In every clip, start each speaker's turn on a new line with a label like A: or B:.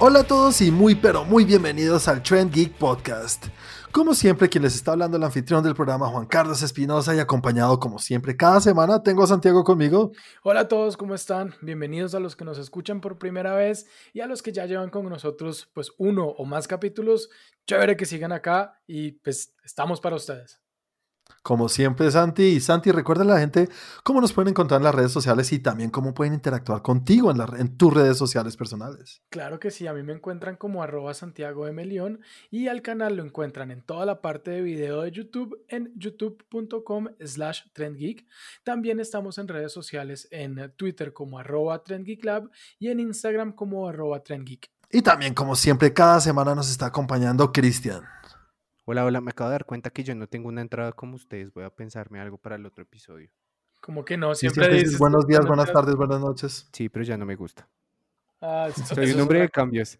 A: Hola a todos y muy pero muy bienvenidos al Trend Geek Podcast. Como siempre, quien les está hablando el anfitrión del programa, Juan Carlos Espinosa, y acompañado como siempre cada semana tengo a Santiago conmigo.
B: Hola a todos, ¿cómo están? Bienvenidos a los que nos escuchan por primera vez y a los que ya llevan con nosotros pues uno o más capítulos. Chévere que sigan acá y pues estamos para ustedes.
A: Como siempre, Santi. Y Santi, recuerda a la gente cómo nos pueden encontrar en las redes sociales y también cómo pueden interactuar contigo en tus redes sociales personales.
B: Claro que sí, a mí me encuentran como @Santiago M. León y al canal lo encuentran en toda la parte de video de YouTube en youtube.com/trendgeek. También estamos en redes sociales en Twitter como @trendgeeklab y en Instagram como @trendgeek.
A: Y también, como siempre, cada semana nos está acompañando Cristian.
C: Hola, me acabo de dar cuenta que yo no tengo una entrada como ustedes. Voy a pensarme algo para el otro episodio.
B: Como que no,
A: Sí,
B: siempre
A: siempre dices
B: dices
A: buenos días,
B: buenos
A: buenas
B: días.
A: tardes, buenas noches.
C: Sí, pero ya no me gusta.
B: Eso
C: Soy un
B: es
C: hombre
B: otra
C: de cambios.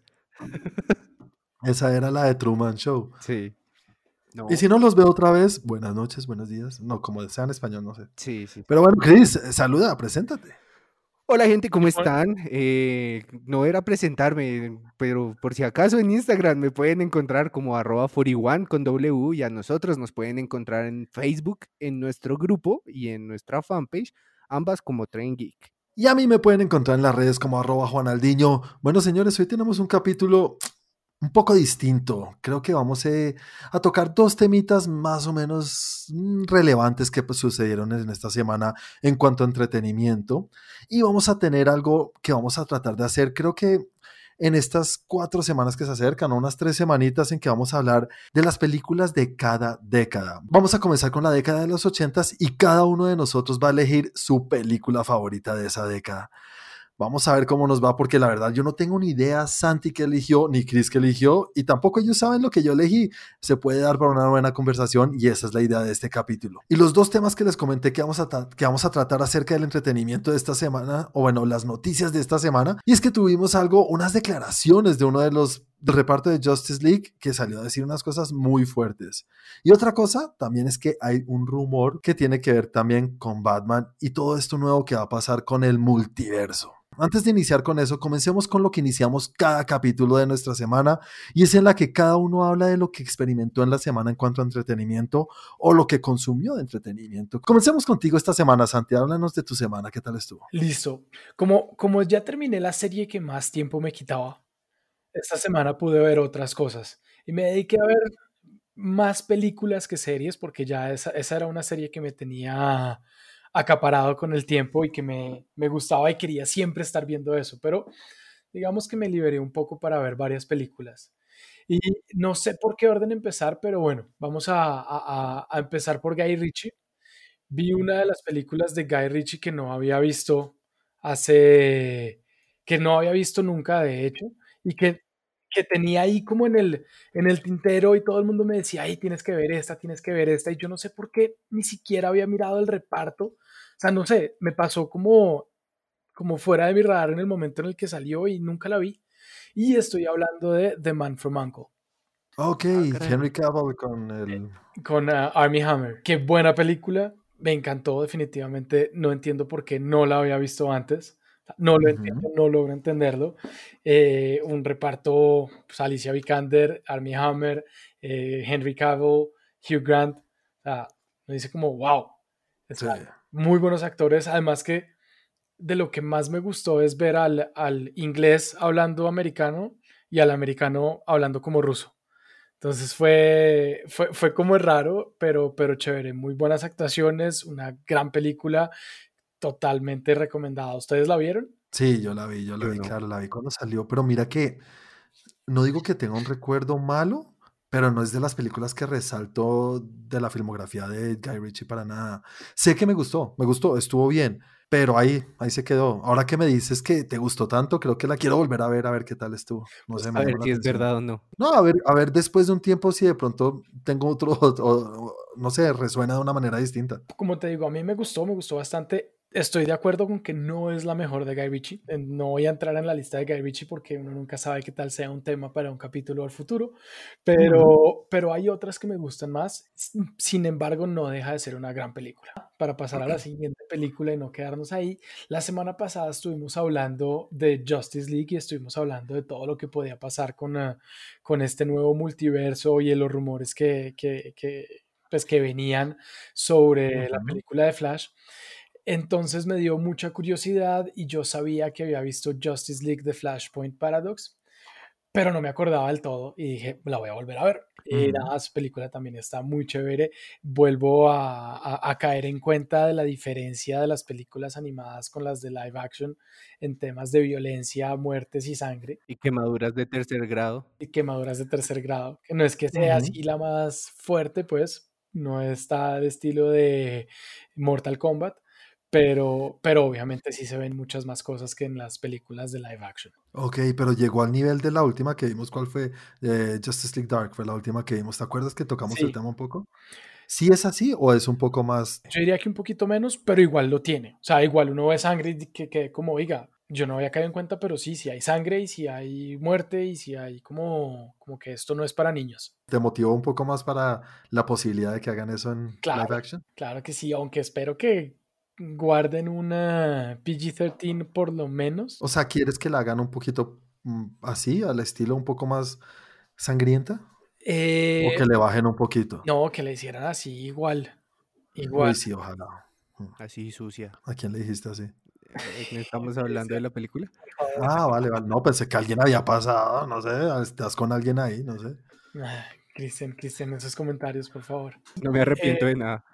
A: Esa era la de Truman Show.
C: Sí.
A: Y
C: No.
A: si no los veo otra vez, buenas noches, buenos días. No, como sea en español, no sé.
C: Sí, sí.
A: Pero bueno, Chris, saluda, preséntate.
C: Hola, gente, ¿cómo
B: cosa.
C: están? No era presentarme, pero por si acaso en Instagram me pueden encontrar como @41 con W, y a nosotros nos pueden encontrar en Facebook, en nuestro grupo y en nuestra fanpage, ambas como Trend Geek.
A: Y a mí me pueden encontrar en las redes como @JuanAldiño. Bueno, señores, hoy tenemos un capítulo un poco distinto. Creo que vamos a tocar dos temitas más o menos relevantes que pues, sucedieron en esta semana en cuanto a entretenimiento. Y vamos a tener algo que vamos a tratar de hacer, creo que en estas 4 semanas que se acercan, o unas 3 semanitas en que vamos a hablar de las películas de cada década. Vamos a comenzar con la década de los 80s y cada uno de nosotros va a elegir su película favorita de esa década. Vamos a ver cómo nos va, porque la verdad yo no tengo ni idea Santi que eligió, ni Chris que eligió, y tampoco ellos saben lo que yo elegí. Se puede dar para una buena conversación y esa es la idea de este capítulo. Y los dos temas que les comenté que vamos a tratar acerca del entretenimiento de esta semana, o bueno, las noticias de esta semana, y es que tuvimos unas declaraciones de uno de los del reparto de Justice League que salió a decir unas cosas muy fuertes. Y otra cosa también es que hay un rumor que tiene que ver también con Batman y todo esto nuevo que va a pasar con el multiverso. Antes de iniciar con eso, comencemos con lo que iniciamos cada capítulo de nuestra semana, y es en la que cada uno habla de lo que experimentó en la semana en cuanto a entretenimiento o lo que consumió de entretenimiento. Comencemos contigo esta semana, Santi. Háblanos de tu semana, ¿qué tal estuvo?
B: Listo. Como ya terminé la serie que más tiempo me quitaba, esta semana pude ver otras cosas y me dediqué a ver más películas que series porque ya esa era una serie que me tenía acaparado con el tiempo y que me gustaba y quería siempre estar viendo eso, pero digamos que me liberé un poco para ver varias películas. Y no sé por qué orden empezar, pero bueno, vamos a empezar por Guy Ritchie. Vi una de las películas de Guy Ritchie hace, que no había visto nunca, de hecho, y que tenía ahí como en el tintero y todo el mundo me decía, ay, tienes que ver esta, y yo no sé por qué ni siquiera había mirado el reparto, o sea, no sé, me pasó como fuera de mi radar en el momento en el que salió y nunca la vi, y estoy hablando de The Man from U.N.C.L.E.
A: Ok,
C: Caray.
A: Henry Cavill con el...
B: con Armie Hammer. Qué buena película, me encantó definitivamente, no entiendo por qué no la había visto antes, no lo entiendo, no logro entenderlo. Un reparto, pues, Alicia Vikander, Armie Hammer, Henry Cavill, Hugh Grant, o sea, me dice como, wow,
A: Sí.
B: están muy buenos actores, además que de lo que más me gustó es ver al inglés hablando americano y al americano hablando como ruso. Entonces fue como raro, pero chévere. Muy buenas actuaciones, una gran película, totalmente recomendada. ¿Ustedes la vieron?
A: Sí, yo la
C: Yo
A: vi,
C: no.
A: claro, la vi cuando salió, pero mira que no digo que tenga un recuerdo malo, pero no es de las películas que resalto de la filmografía de Guy Ritchie para nada. Sé que me gustó, estuvo bien, pero ahí se quedó. Ahora que me dices que te gustó tanto, creo que la quiero volver a ver qué tal estuvo. No
B: Pues
A: sé,
C: A
A: me
C: ver
A: llama la
C: si es
A: atención.
C: verdad o no.
A: No, a ver después de un tiempo si de pronto tengo otro, no sé, resuena de una manera distinta.
B: como te digo, a mí me gustó bastante. Estoy de acuerdo con que no es la mejor de Guy Ritchie. No voy a entrar en la lista de Guy Ritchie porque uno nunca sabe qué tal sea un tema para un capítulo al futuro, pero hay otras que me gustan más. Sin embargo, no deja de ser una gran película. Para pasar a la siguiente película y no quedarnos ahí, la semana pasada estuvimos hablando de Justice League y estuvimos hablando de todo lo que podía pasar con este nuevo multiverso y de los rumores pues, que venían sobre la película de Flash. Entonces me dio mucha curiosidad y yo sabía que había visto Justice League The Flashpoint Paradox, pero no me acordaba del todo y dije, la voy a volver a ver. Y nada, su película también está muy chévere. Vuelvo a caer en cuenta de la diferencia de las películas animadas con las de live action en temas de violencia, muertes y sangre
C: Y quemaduras de tercer grado.
B: y quemaduras de tercer grado. Que no es que sea así la más fuerte, pues no está de estilo de Mortal Kombat, pero obviamente sí se ven muchas más cosas que en las películas de live action.
A: Ok, pero llegó al nivel de la última que vimos. ¿Cuál fue? Justice League Dark fue la última que vimos. ¿Te acuerdas que tocamos el
B: Sí,
A: tema un poco? ¿Sí es así o es un poco más?
B: yo diría que un poquito menos, pero igual lo tiene. O sea, igual uno ve sangre y que como, oiga, yo no había caído en cuenta, pero sí hay sangre y sí hay muerte y sí hay como que esto no es para niños.
A: ¿Te motivó un poco más para la posibilidad de que hagan eso en live
B: Claro,
A: action?
B: claro que sí, aunque espero que guarden una PG-13 por lo menos.
A: O sea, ¿quieres que la hagan un poquito así, al estilo un poco más sangrienta? ¿O que
B: Eh,
A: le bajen un poquito?
B: no, que le hicieran así igual, igual.
A: Uy, sí, ojalá.
C: Así sucia.
A: ¿A quién le dijiste así?
C: ¿No estamos hablando de la película?
B: Por favor.
A: Ah, vale, vale. No, pensé que alguien había pasado, no sé, estás con alguien ahí, no sé.
B: Ah, Cristian, esos comentarios, por favor.
C: No me arrepiento de nada.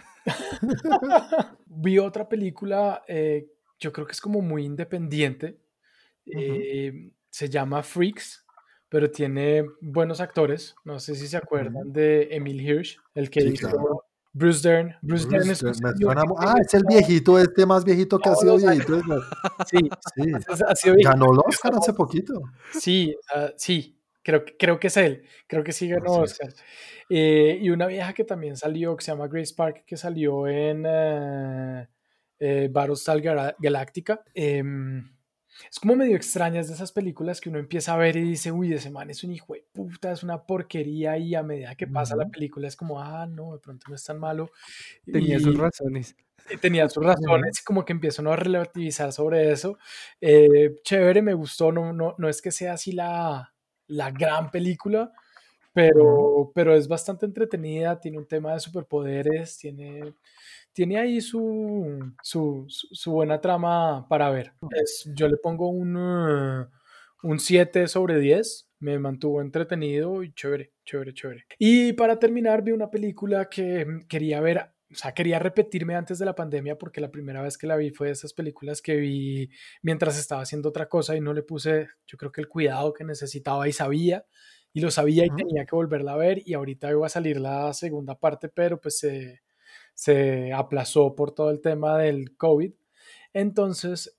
B: Vi otra película, yo creo que es como muy independiente, se llama Freaks, pero tiene buenos actores. No sé si se acuerdan de Emil Hirsch, el que
A: Sí,
B: hizo
A: claro.
B: Bruce Dern. Bruce Dern es un
A: Me
B: señor
A: suena.
B: que
A: Ah,
B: tiene
A: es el viejito, este más viejito que ha
B: todos
A: sido
B: los años.
A: viejito.
B: Sí,
A: Sí.
B: ha sido viejito.
A: Ganó el Oscar hace poquito.
B: Sí, sí, creo que es él. Creo que sí ganó
A: Así
B: Oscar.
A: es.
B: Y una vieja que también salió, que se llama Grace Park, que salió en Battlestar Galactica. Es como medio extrañas de esas películas que uno empieza a ver y dice, uy, ese man es un hijo de puta, es una porquería, y a medida que pasa la
A: Ujú,
B: película es como, ah, no, de pronto no es tan malo.
C: Tenía sus
B: Y
C: razones.
B: tenía sus
A: ujú,
B: razones y como que empiezo a relativizar sobre eso. Chévere, me gustó, no es que sea así la gran película,
A: ujú.
B: pero es bastante entretenida, tiene un tema de superpoderes, tiene ahí su buena trama para ver. Yo le pongo un 7 sobre 10, me mantuvo entretenido y chévere, chévere, chévere. Y para terminar, vi una película que quería ver, o sea, quería repetirme antes de la pandemia porque la primera vez que la vi fue de esas películas que vi mientras estaba haciendo otra cosa y no le puse, yo creo que el cuidado que necesitaba y sabía. Y lo sabía y
A: Ujú.
B: tenía que volverla a ver y ahorita iba a salir la segunda parte, pero pues se aplazó por todo el tema del COVID. Entonces,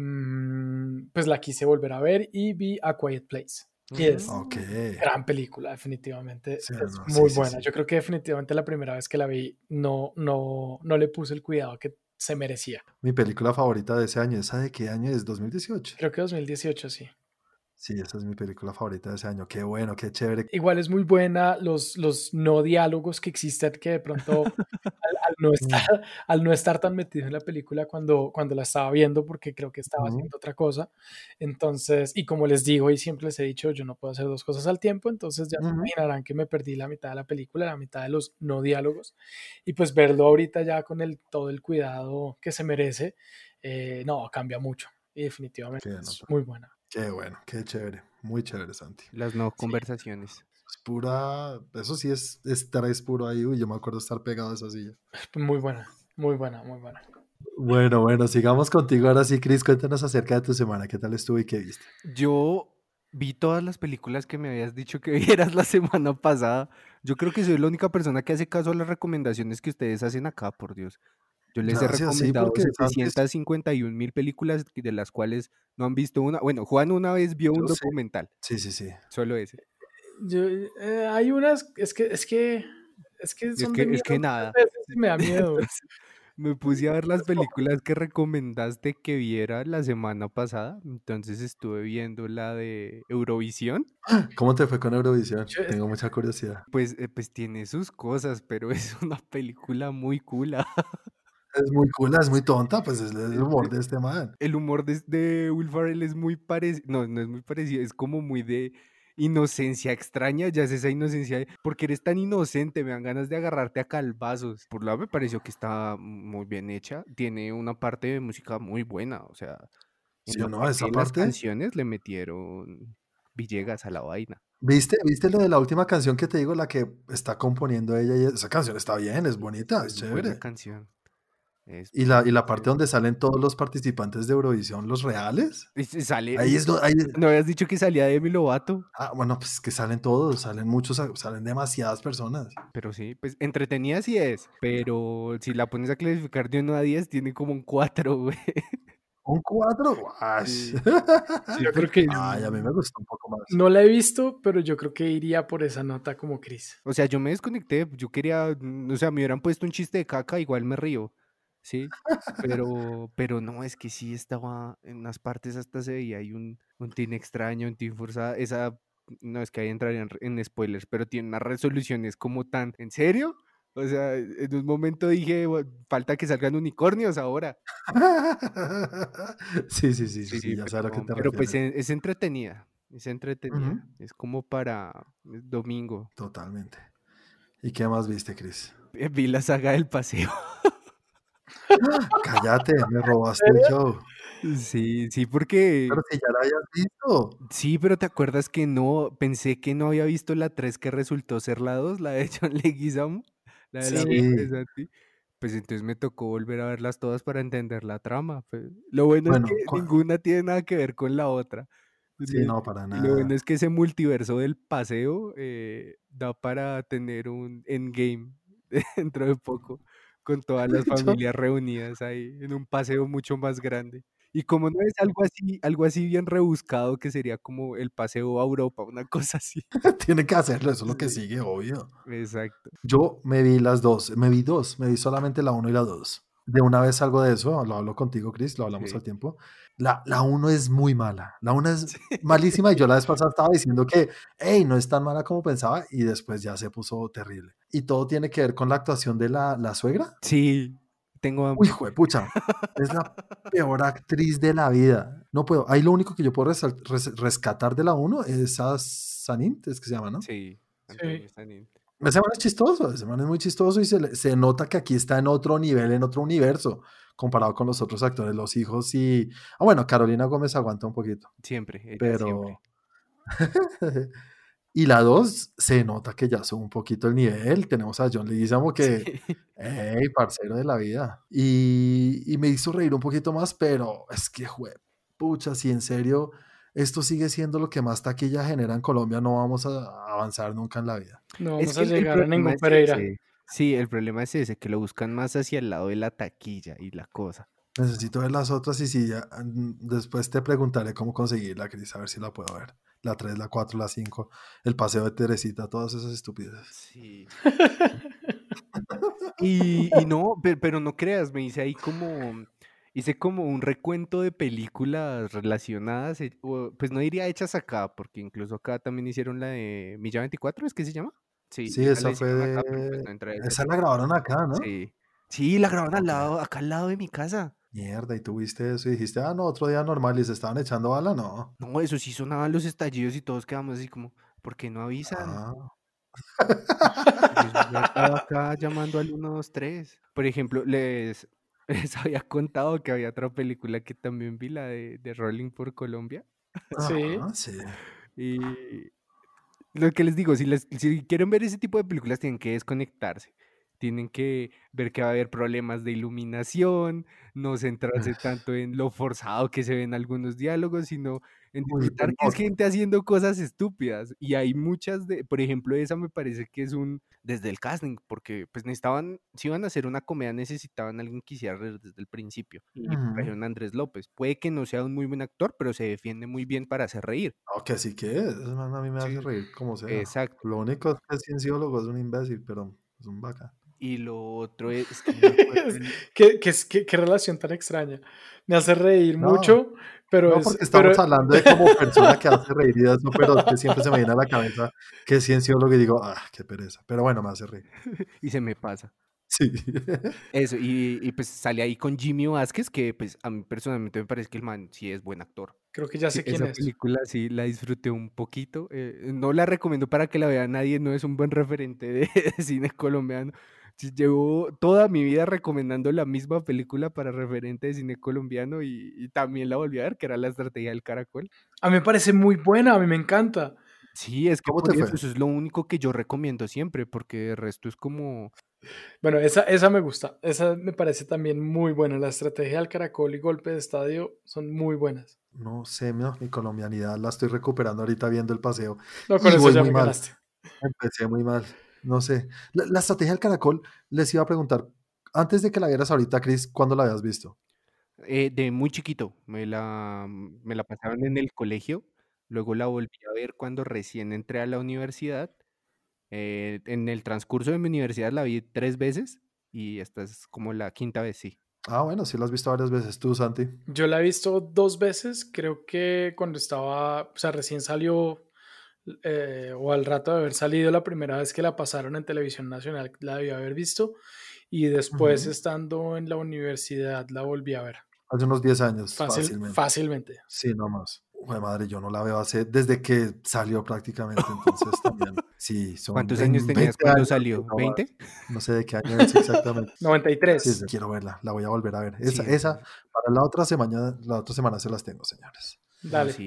B: pues la quise volver a ver y vi A Quiet Place. Y es
A: Ok.
B: gran película, definitivamente.
A: Sí,
B: Es
A: no, sí,
B: muy
A: sí,
B: buena.
A: sí.
B: Yo creo que definitivamente la primera vez que la vi no le puse el cuidado que se merecía.
A: Mi película favorita de ese año, ¿esa de qué año es? ¿2018?
B: Creo que 2018, sí.
A: Sí, esa es mi película favorita de ese año. Qué bueno, qué chévere.
B: Igual es muy buena los no diálogos que existen que de pronto al no estar,
A: Mm,
B: al no estar tan metido en la película cuando la estaba viendo, porque creo que estaba
A: ujú,
B: haciendo otra cosa. Entonces, y como les digo y siempre les he dicho, yo no puedo hacer dos cosas al tiempo, entonces ya se
A: ujú.
B: imaginarán que me perdí la mitad de la película, la mitad de los no diálogos, y pues verlo ahorita ya con todo el cuidado que se merece, no, cambia mucho y definitivamente
A: Qué
B: es
A: nota.
B: muy buena.
A: Qué bueno, qué chévere. Muy chévere, Santi.
C: Las no
B: Sí,
C: conversaciones.
A: Es pura, eso sí es estrés puro ahí. Uy, yo me acuerdo estar pegado a esa silla.
B: muy buena, muy buena, muy buena.
A: Bueno, bueno, sigamos contigo ahora sí, Cris. Cuéntanos acerca de tu semana. ¿Qué tal estuvo y qué viste?
C: Yo vi todas las películas que me habías dicho que vieras la semana pasada. Yo creo que soy la única persona que hace caso a las recomendaciones que ustedes hacen acá, por Dios. Yo les he
A: Gracias, sí,
C: recomendado
A: porque Santi,
C: 751.000 películas de las cuales no han visto una. Bueno, Juan una vez vio un
A: yo sé.
C: documental,
A: Sí, sí, sí.
C: solo ese.
B: Yo, hay unas, es que
C: Es
B: son de
C: que, es
B: miedo
C: que
B: muchas
C: nada.
B: veces y me da miedo.
C: Me puse a ver las películas que recomendaste que viera la semana pasada. Entonces estuve viendo la de Eurovisión.
A: ¿Cómo te fue con Eurovisión?
B: Yo-
A: Tengo mucha curiosidad.
C: Pues tiene sus cosas, pero es una película muy cool.
A: Es muy cool, es muy tonta, pues es el humor de este man.
C: El humor de Will Ferrell es muy parecido, no es muy parecido, es como muy de inocencia extraña, ya es esa inocencia, porque eres tan inocente, me dan ganas de agarrarte a calvazos. Por un lado me pareció que está muy bien hecha, tiene una parte de música muy buena, o sea, en
A: ¿Sí
C: la
A: o no?
C: parte
A: Esa
C: de las
A: parte.
C: canciones le metieron Villegas a la vaina.
A: ¿Viste lo de la última canción que te digo, la que está componiendo ella? Y esa canción está bien, es bonita, es
C: Buena
A: chévere.
C: canción, es
A: Y la parte
C: chévere.
A: donde salen todos los participantes de Eurovisión, los reales,
C: Y sale,
A: ahí es donde...
C: ¿no habías dicho que salía Demi Lovato?
A: Bueno, pues que salen todos, salen muchos, salen demasiadas personas.
C: Pero sí, pues entretenida sí es, pero si la pones a clasificar de 1 a 10, tiene como un 4, güey.
A: ¿Un 4?
C: Sí, sí,
B: yo creo que
A: Ay, a mí me gustó un poco más.
B: no la he visto, pero yo creo que iría por esa nota como Chris.
C: o sea, yo me desconecté, yo quería, o sea, me hubieran puesto un chiste de caca, igual me río, ¿sí? Pero no, es que sí estaba en unas partes hasta se veía ahí un teen extraño, un teen forzada, no es que ahí entraría en spoilers, pero tiene unas resoluciones como tan, ¿en serio? O sea, en un momento dije, Falta que salgan unicornios ahora."
A: Sí, sí, sí, sí,
C: Sí,
A: sí, ya sé a lo que te
C: pero pues
A: refieres.
C: es entretenida, es
A: Ujú,
C: entretenida, es como para domingo.
A: totalmente. ¿Y qué más viste, Chris?
C: Vi la saga del paseo.
A: Cállate, me
B: ¿En
A: robaste el
B: serio?
A: show.
C: Sí, sí, porque
A: Pero si ya la habías visto.
C: sí, pero ¿te acuerdas que no? Pensé que no había visto la 3 que resultó ser la 2, la de John Leguizamo, la de la
B: Sí.
C: mente de
A: Sí.
C: Santi. Pues entonces me tocó volver a verlas todas para entender la trama. Lo bueno es que
A: Bueno,
C: ninguna tiene nada que ver con la otra.
A: sí,
C: Lo-
A: no, para
C: Y lo bueno
A: nada.
C: es que ese multiverso del paseo da para tener un endgame dentro de poco, con todas las
A: Yo-
C: familias reunidas ahí en un paseo mucho más grande. Y como no es algo así bien rebuscado, que sería como el paseo a Europa, una cosa así.
A: tiene que hacerlo, eso es lo que
C: Sí,
A: sigue, obvio.
C: exacto.
A: Yo me vi las dos, me vi dos, me vi solamente la uno y la dos. De una vez algo de eso, lo hablo contigo, Chris, lo hablamos
C: Sí.
A: al tiempo. La uno es muy mala, la una es
C: Sí.
A: malísima y yo la vez pasada estaba diciendo que, hey, no es tan mala como pensaba y después ya se puso terrible. Y todo tiene que ver con la actuación de la suegra.
C: Sí, tengo
A: Uy,
C: hambre.
A: pucha, es la peor actriz de la vida. No puedo, ahí lo único que yo puedo rescatar de la uno es a Sanint, es que se llama, ¿no?
C: Sí,
B: Sí.
C: Antonio Sanín.
A: Ese man es chistoso, ese man es muy chistoso y se nota que aquí está en otro nivel, en otro universo, comparado con los otros actores, los hijos y... bueno, Carolina Gómez aguanta un poquito,
C: Siempre, ella siempre.
A: pero... y la dos, se nota que ya sube un poquito el nivel, tenemos a John Leguizamo que...
C: Sí.
A: hey, parcero de la vida. Y me hizo reír un poquito más, pero es que, pucha, si en serio esto sigue siendo lo que más taquilla genera en Colombia, no vamos a avanzar nunca en la vida.
B: No
C: Es
B: vamos
C: que
B: a
C: el
B: llegar a
C: problema
B: ningún
C: es
B: Pereira.
C: ese. Sí, el problema es ese, que lo buscan más hacia el lado de la taquilla y la cosa.
A: Necesito ver las otras y si ya, después te preguntaré cómo conseguirla, Cris, a ver si la puedo ver. La 3, la 4, la 5, el paseo de Teresita, todas esas estupideces.
C: Sí. Y no, pero no creas, hice como un recuento de películas relacionadas, pues no diría hechas acá, porque incluso acá también hicieron la de Milla 24, ¿es que se llama? Sí,
A: Sí,
C: esa la
A: esa fue
C: hicieron acá, pero pues
A: de...
C: no entra esa.
A: Esa la grabaron acá, ¿no?
C: Sí. Sí, la grabaron
A: Ok.
C: acá al lado de mi casa.
A: Mierda, y tuviste eso y dijiste, no, otro día normal y se estaban echando bala, no.
C: No, eso sí sonaban los estallidos y todos quedamos así como, ¿por qué no avisan?
A: Ah.
C: Yo ya estaba acá llamando al 123. Por ejemplo, les había contado que había otra película que también vi, la de Rolling por Colombia.
B: Sí.
A: Ajá, sí.
C: Y lo que les digo, si quieren ver ese tipo de películas, tienen que desconectarse. Tienen que ver que va a haber problemas de iluminación, no centrarse tanto en lo forzado que se ven algunos diálogos, sino en
A: Uy,
C: disfrutar que es gente haciendo cosas estúpidas. Y hay muchas por ejemplo, esa me parece que es desde el casting, porque pues si iban a hacer una comedia, necesitaban a alguien que hiciera reír desde el principio. Y
A: ujú.
C: trajeron a Andrés López. Puede que no sea un muy buen actor, pero se defiende muy bien para hacer reír.
A: Que sí que es, ese man a mí me hace
C: Sí,
A: reír como sea.
C: exacto.
A: Lo único es que el cienciólogo es un imbécil, pero es un vaca.
C: Y lo otro es que no me acuerdo
B: ¿Qué relación tan extraña? Me hace reír
A: No,
B: mucho, pero
A: no, porque estamos hablando de como persona que hace reír y eso, pero es que siempre se me viene a la cabeza que es cienciólogo y digo, qué pereza. Pero bueno, me hace reír.
C: y se me pasa.
A: Sí.
C: Eso, y pues sale ahí con Jimmy Vázquez, que pues a mí personalmente me parece que el man sí es buen actor.
B: creo que ya
C: Sí,
B: sé quién
C: esa
B: es.
C: película sí la disfruté un poquito. No la recomiendo para que la vea nadie, no es un buen referente de, de cine colombiano. Sí, llevo toda mi vida recomendando la misma película para referente de cine colombiano y también la volví a ver, que era La Estrategia del Caracol.
B: A mí me parece muy buena, a mí me encanta.
C: Sí, es que
A: ¿Cómo
C: por
A: te fue?
C: eso es lo único que yo recomiendo siempre, porque el resto es como...
B: Bueno, esa me gusta. Esa me parece también muy buena. La estrategia del caracol y golpe de estadio son muy buenas.
A: No sé, no, mi colombianidad la estoy recuperando ahorita viendo el paseo.
B: No, con
A: Y
B: eso
A: voy
B: ya
A: muy
B: me
A: mal.
B: ganaste.
A: Empecé muy mal. No sé. La estrategia del caracol, les iba a preguntar, antes de que la vieras ahorita, Chris, ¿cuándo la habías visto?
C: De muy chiquito, me la pasaron en el colegio, luego la volví a ver cuando recién entré a la universidad. En el transcurso de mi universidad la vi 3 veces y esta es como la quinta vez, sí.
A: Bueno, sí la has visto varias veces tú, Santi.
B: Yo la he visto 2 veces. Creo que cuando estaba, o sea, recién salió, o al rato de haber salido la primera vez que la pasaron en Televisión Nacional, la debí haber visto. Y después,
A: Ujú.
B: estando en la universidad, la volví a ver.
A: Hace unos 10 años, fácilmente.
B: Fácilmente.
A: Sí, no más. Jue madre, yo no la veo desde que salió prácticamente, entonces también. Sí, son
C: ¿Cuántos años tenías
A: 20
C: cuando
A: años.
C: salió?
A: No, más.
C: ¿20?
A: No sé de qué año es exactamente. Sí,
B: 93.
A: quiero verla, la voy a volver a ver.
C: Sí,
A: Esa para la otra semana se las tengo, señores.
C: no,
B: Dale.
C: sí,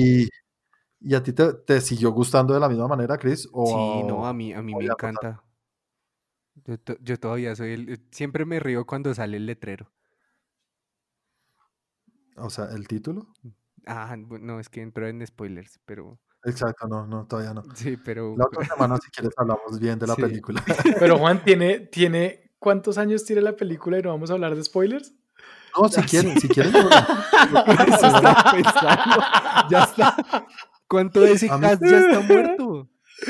A: ¿Y a ti te siguió gustando de la misma manera, Chris?
C: sí, no, a mí
A: ¿O
C: me
A: ya no tanto?
C: encanta. Yo todavía soy siempre me río cuando sale el letrero.
A: O sea, el título.
C: No, es que entró en spoilers, pero
A: Exacto, no, todavía no.
C: sí, pero
A: La otra semana, si quieres, hablamos bien de la
C: sí.
A: película.
B: Pero Juan, ¿cuántos años tiene la película y no vamos a hablar de spoilers?
A: No, si quieren, no.
C: Eso estaba pensando. Ya está. ¿Cuánto de ese
A: A mí-
C: cast ya está muerto?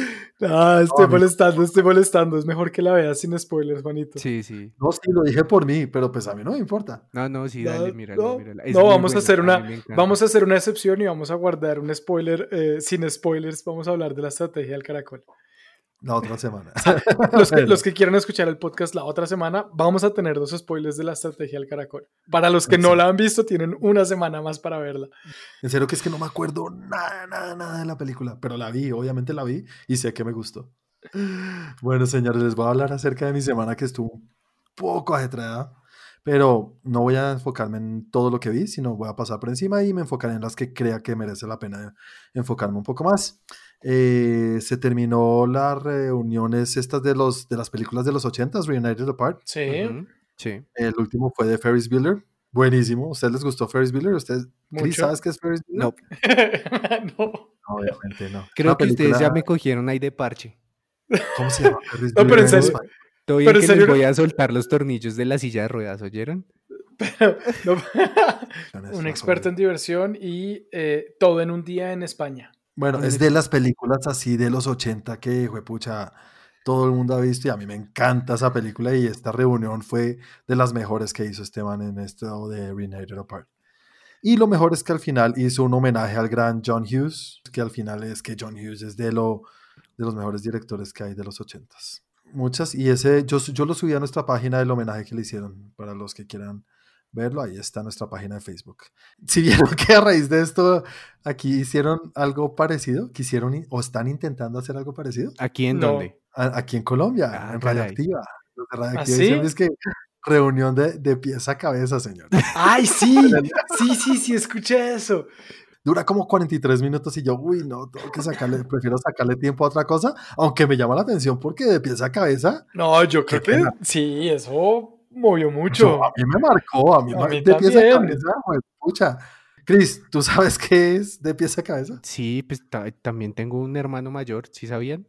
B: Estoy
A: a mí-
B: molestando. Es mejor que la veas sin spoilers, Juanito.
C: Sí, sí.
A: No, sí, lo dije por mí, pero pues a mí no me importa.
C: No, sí,
B: No,
C: dale, mírala,
B: no,
C: mírala. Es
B: no,
C: muy
B: vamos a
C: buena,
B: hacer
C: a mí
B: una,
C: me encanta.
B: vamos a hacer una excepción y vamos a guardar un spoiler, sin spoilers. Vamos a hablar de la estrategia del caracol.
A: La otra semana.
B: Los que quieran escuchar el podcast la otra semana, vamos a tener 2 spoilers de la estrategia del caracol. Para los que no la han visto, tienen una semana más para verla.
A: En serio que es que no me acuerdo nada de la película, pero la vi, obviamente la vi y sé que me gustó. Bueno, señores, les voy a hablar acerca de mi semana que estuvo un poco ajetreada, pero no voy a enfocarme en todo lo que vi, sino voy a pasar por encima y me enfocaré en las que crea que merece la pena enfocarme un poco más. Se terminó las reuniones estas de las películas de los 80s, Reunited Apart.
B: Sí,
C: Ujú, sí.
A: El último fue de Ferris Bueller. Buenísimo. ¿Ustedes les gustó Ferris Bueller? ¿Ustedes, Chris,
B: mucho.
A: sabes qué es Ferris Bueller?
C: No,
B: No.
A: Obviamente no.
C: creo
A: Una
C: que ustedes ya
A: película.
C: me cogieron ahí de parche.
A: ¿Cómo se llama Ferris
B: No, pero
A: Bueller
B: en
A: en
B: serio.
A: español?
C: Todo bien
B: Pero en
C: que
B: serio,
C: les voy a soltar los tornillos de la silla de ruedas, ¿oyeron?
B: No.
A: Más
B: Un
A: o
B: experto en
A: menos.
B: diversión y todo en un día en España.
A: Bueno, es de las películas así de los 80 que, juepucha, todo el mundo ha visto y a mí me encanta esa película y esta reunión fue de las mejores que hizo este man en esto de Reunited Apart. Y lo mejor es que al final hizo un homenaje al gran John Hughes, que al final es que John Hughes es de los mejores directores que hay de los 80s. Muchas, y yo lo subí a nuestra página del homenaje que le hicieron, para los que quieran verlo, ahí está nuestra página de Facebook. Si vieron que a raíz de esto aquí hicieron algo parecido, o están intentando hacer algo parecido,
C: ¿Aquí en
B: No.
C: dónde?
A: aquí en Colombia,
C: Ah,
A: en
C: caray.
A: Radioactiva. Los de Radioactiva
B: ¿Ah, sí?
A: hicieron, es que reunión de pies a cabeza, señor.
B: ¡Ay, sí! Sí, escuché eso.
A: Dura como 43 minutos y yo, uy, no, prefiero sacarle tiempo a otra cosa, aunque me llama la atención porque de pies a cabeza,
B: No, yo creo
A: qué
B: que
A: pena.
B: sí, eso movió mucho.
A: A mí me marcó,
B: A mí
A: de pies a
B: también.
A: cabeza, pues, pucha. Chris, ¿tú sabes qué es de pies a cabeza?
C: Sí, pues también tengo un hermano mayor, ¿sí sabían?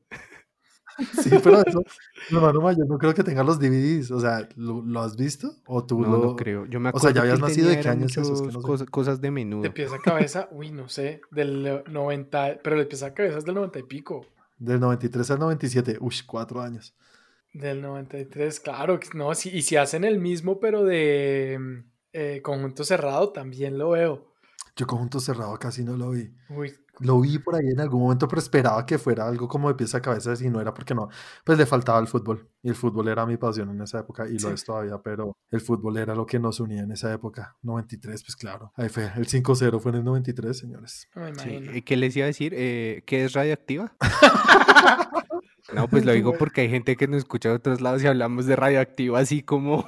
A: Sí, pero eso, mi hermano mayor, no creo que tenga los DVDs, o sea, ¿lo has visto? ¿O tú
C: No creo. Yo me
A: o sea,
C: acuerdo
A: ya
C: que
A: habías
C: él
A: nacido,
C: tenía
A: ¿de qué
C: era
A: año es eso? Es que
C: muchas
A: no sé.
C: cosas de
B: De
C: menudo.
B: pies a cabeza, uy, no sé, del 90, pero de pies a cabeza es del 90 y pico.
A: Del 93 al 97, uy, 4 años.
B: Del 93, claro, no, sí, y si hacen el mismo, pero de conjunto cerrado, también lo veo.
A: Yo Conjunto Cerrado casi no lo vi.
B: Uy,
A: Lo vi por ahí en algún momento, pero esperaba que fuera algo como de pies a cabeza, si no era porque no, pues le faltaba el fútbol. Y el fútbol era mi pasión en esa época y lo
B: sí,
A: es todavía, pero el fútbol era lo que nos unía en esa época. 93, pues claro. Ahí fue, el 5-0 fue en el 93, señores.
B: me
C: Sí,
B: imagino.
C: ¿qué les iba a decir? ¿Qué es radioactiva? No, pues lo digo porque hay gente que nos escucha de otros lados y hablamos de radioactiva así como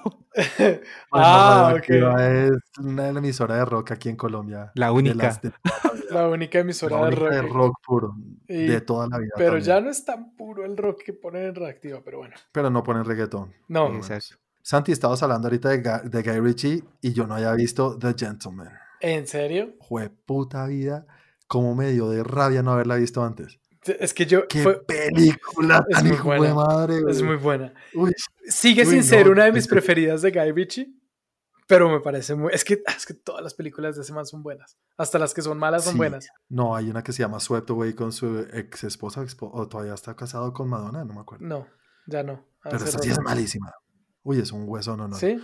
A: Bueno,
B: Ok.
A: Radioactiva es una emisora de rock aquí en Colombia.
C: la
A: De
C: única.
A: de toda la vida.
B: La única
A: La
B: emisora de
A: única de
B: rock.
A: rock puro. De
B: Y-
A: toda la vida
B: pero ya
A: también.
B: no es tan puro el rock que ponen en Reactiva, pero bueno.
A: Pero no ponen reggaetón, por
B: No,
A: lo
C: Exacto.
A: menos. Santi, estabas hablando ahorita de Guy Ritchie y yo no había visto The Gentleman.
B: ¿en serio?
A: Jue puta vida, cómo me dio de rabia no haberla visto antes.
B: Es que yo...
A: ¡Qué película
B: Es
A: tan
B: muy
A: hijo de
B: buena.
A: madre,
B: Es
A: güey!
B: muy buena.
A: Uy,
B: Sigue
A: uy,
B: sin ser
A: no,
B: una de mis preferidas de Guy Ritchie, pero me parece muy... Es que todas las películas de ese man son buenas. Hasta las que son malas son
A: sí.
B: buenas.
A: No, hay una que se llama Swept Away con su ex esposa, o todavía está casado con Madonna, no me acuerdo.
B: No, ya no.
A: Pero esta sí es malísima. Uy, es un hueso, no.
B: ¿Sí?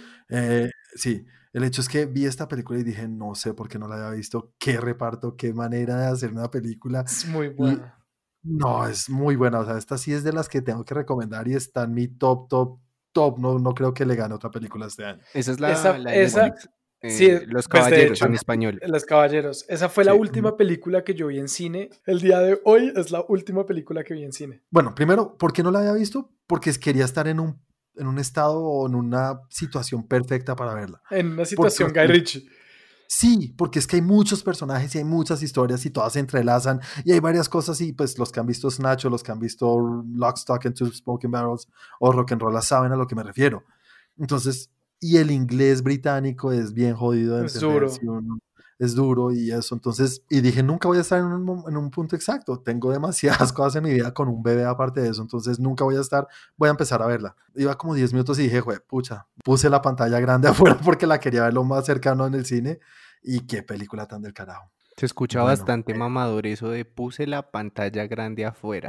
A: Sí, el hecho es que vi esta película y dije, no sé por qué no la había visto, qué reparto, qué manera de hacer una película.
B: Es muy buena.
A: No, es muy buena, o sea, esta sí es de las que tengo que recomendar y está en mi top, no creo que le gane otra película este año.
C: Esa es
B: Esa,
C: la de
B: esa,
C: Netflix.
B: sí,
C: Los
B: pues de
C: Caballeros
B: hecho,
C: en español.
B: Los Caballeros. Esa fue la
C: Sí.
B: última película que yo vi en cine. El día de hoy es la última película que vi en cine.
A: Bueno, primero, ¿por qué no la había visto? Porque quería estar en un estado o en una situación perfecta para verla.
B: En una situación
A: Porque-
B: Guy Ritchie.
A: Sí, porque es que hay muchos personajes y hay muchas historias y todas se entrelazan y hay varias cosas y pues los que han visto Snatch o los que han visto Lock, Stock and Two Smoking Barrels o Rock and Roll saben a lo que me refiero. Entonces, y el inglés británico es bien jodido de
B: Es
A: entender,
B: duro.
A: si uno- es duro y eso. Entonces, y dije, nunca voy a estar en un punto exacto. Tengo demasiadas cosas en mi vida con un bebé aparte de eso, entonces nunca voy a empezar a verla. Iba como 10 minutos y dije, pucha, puse la pantalla grande afuera porque la quería ver lo más cercano en el cine y qué película tan del carajo.
C: Se escucha
A: Bueno,
C: bastante mamador eso de puse la pantalla grande afuera.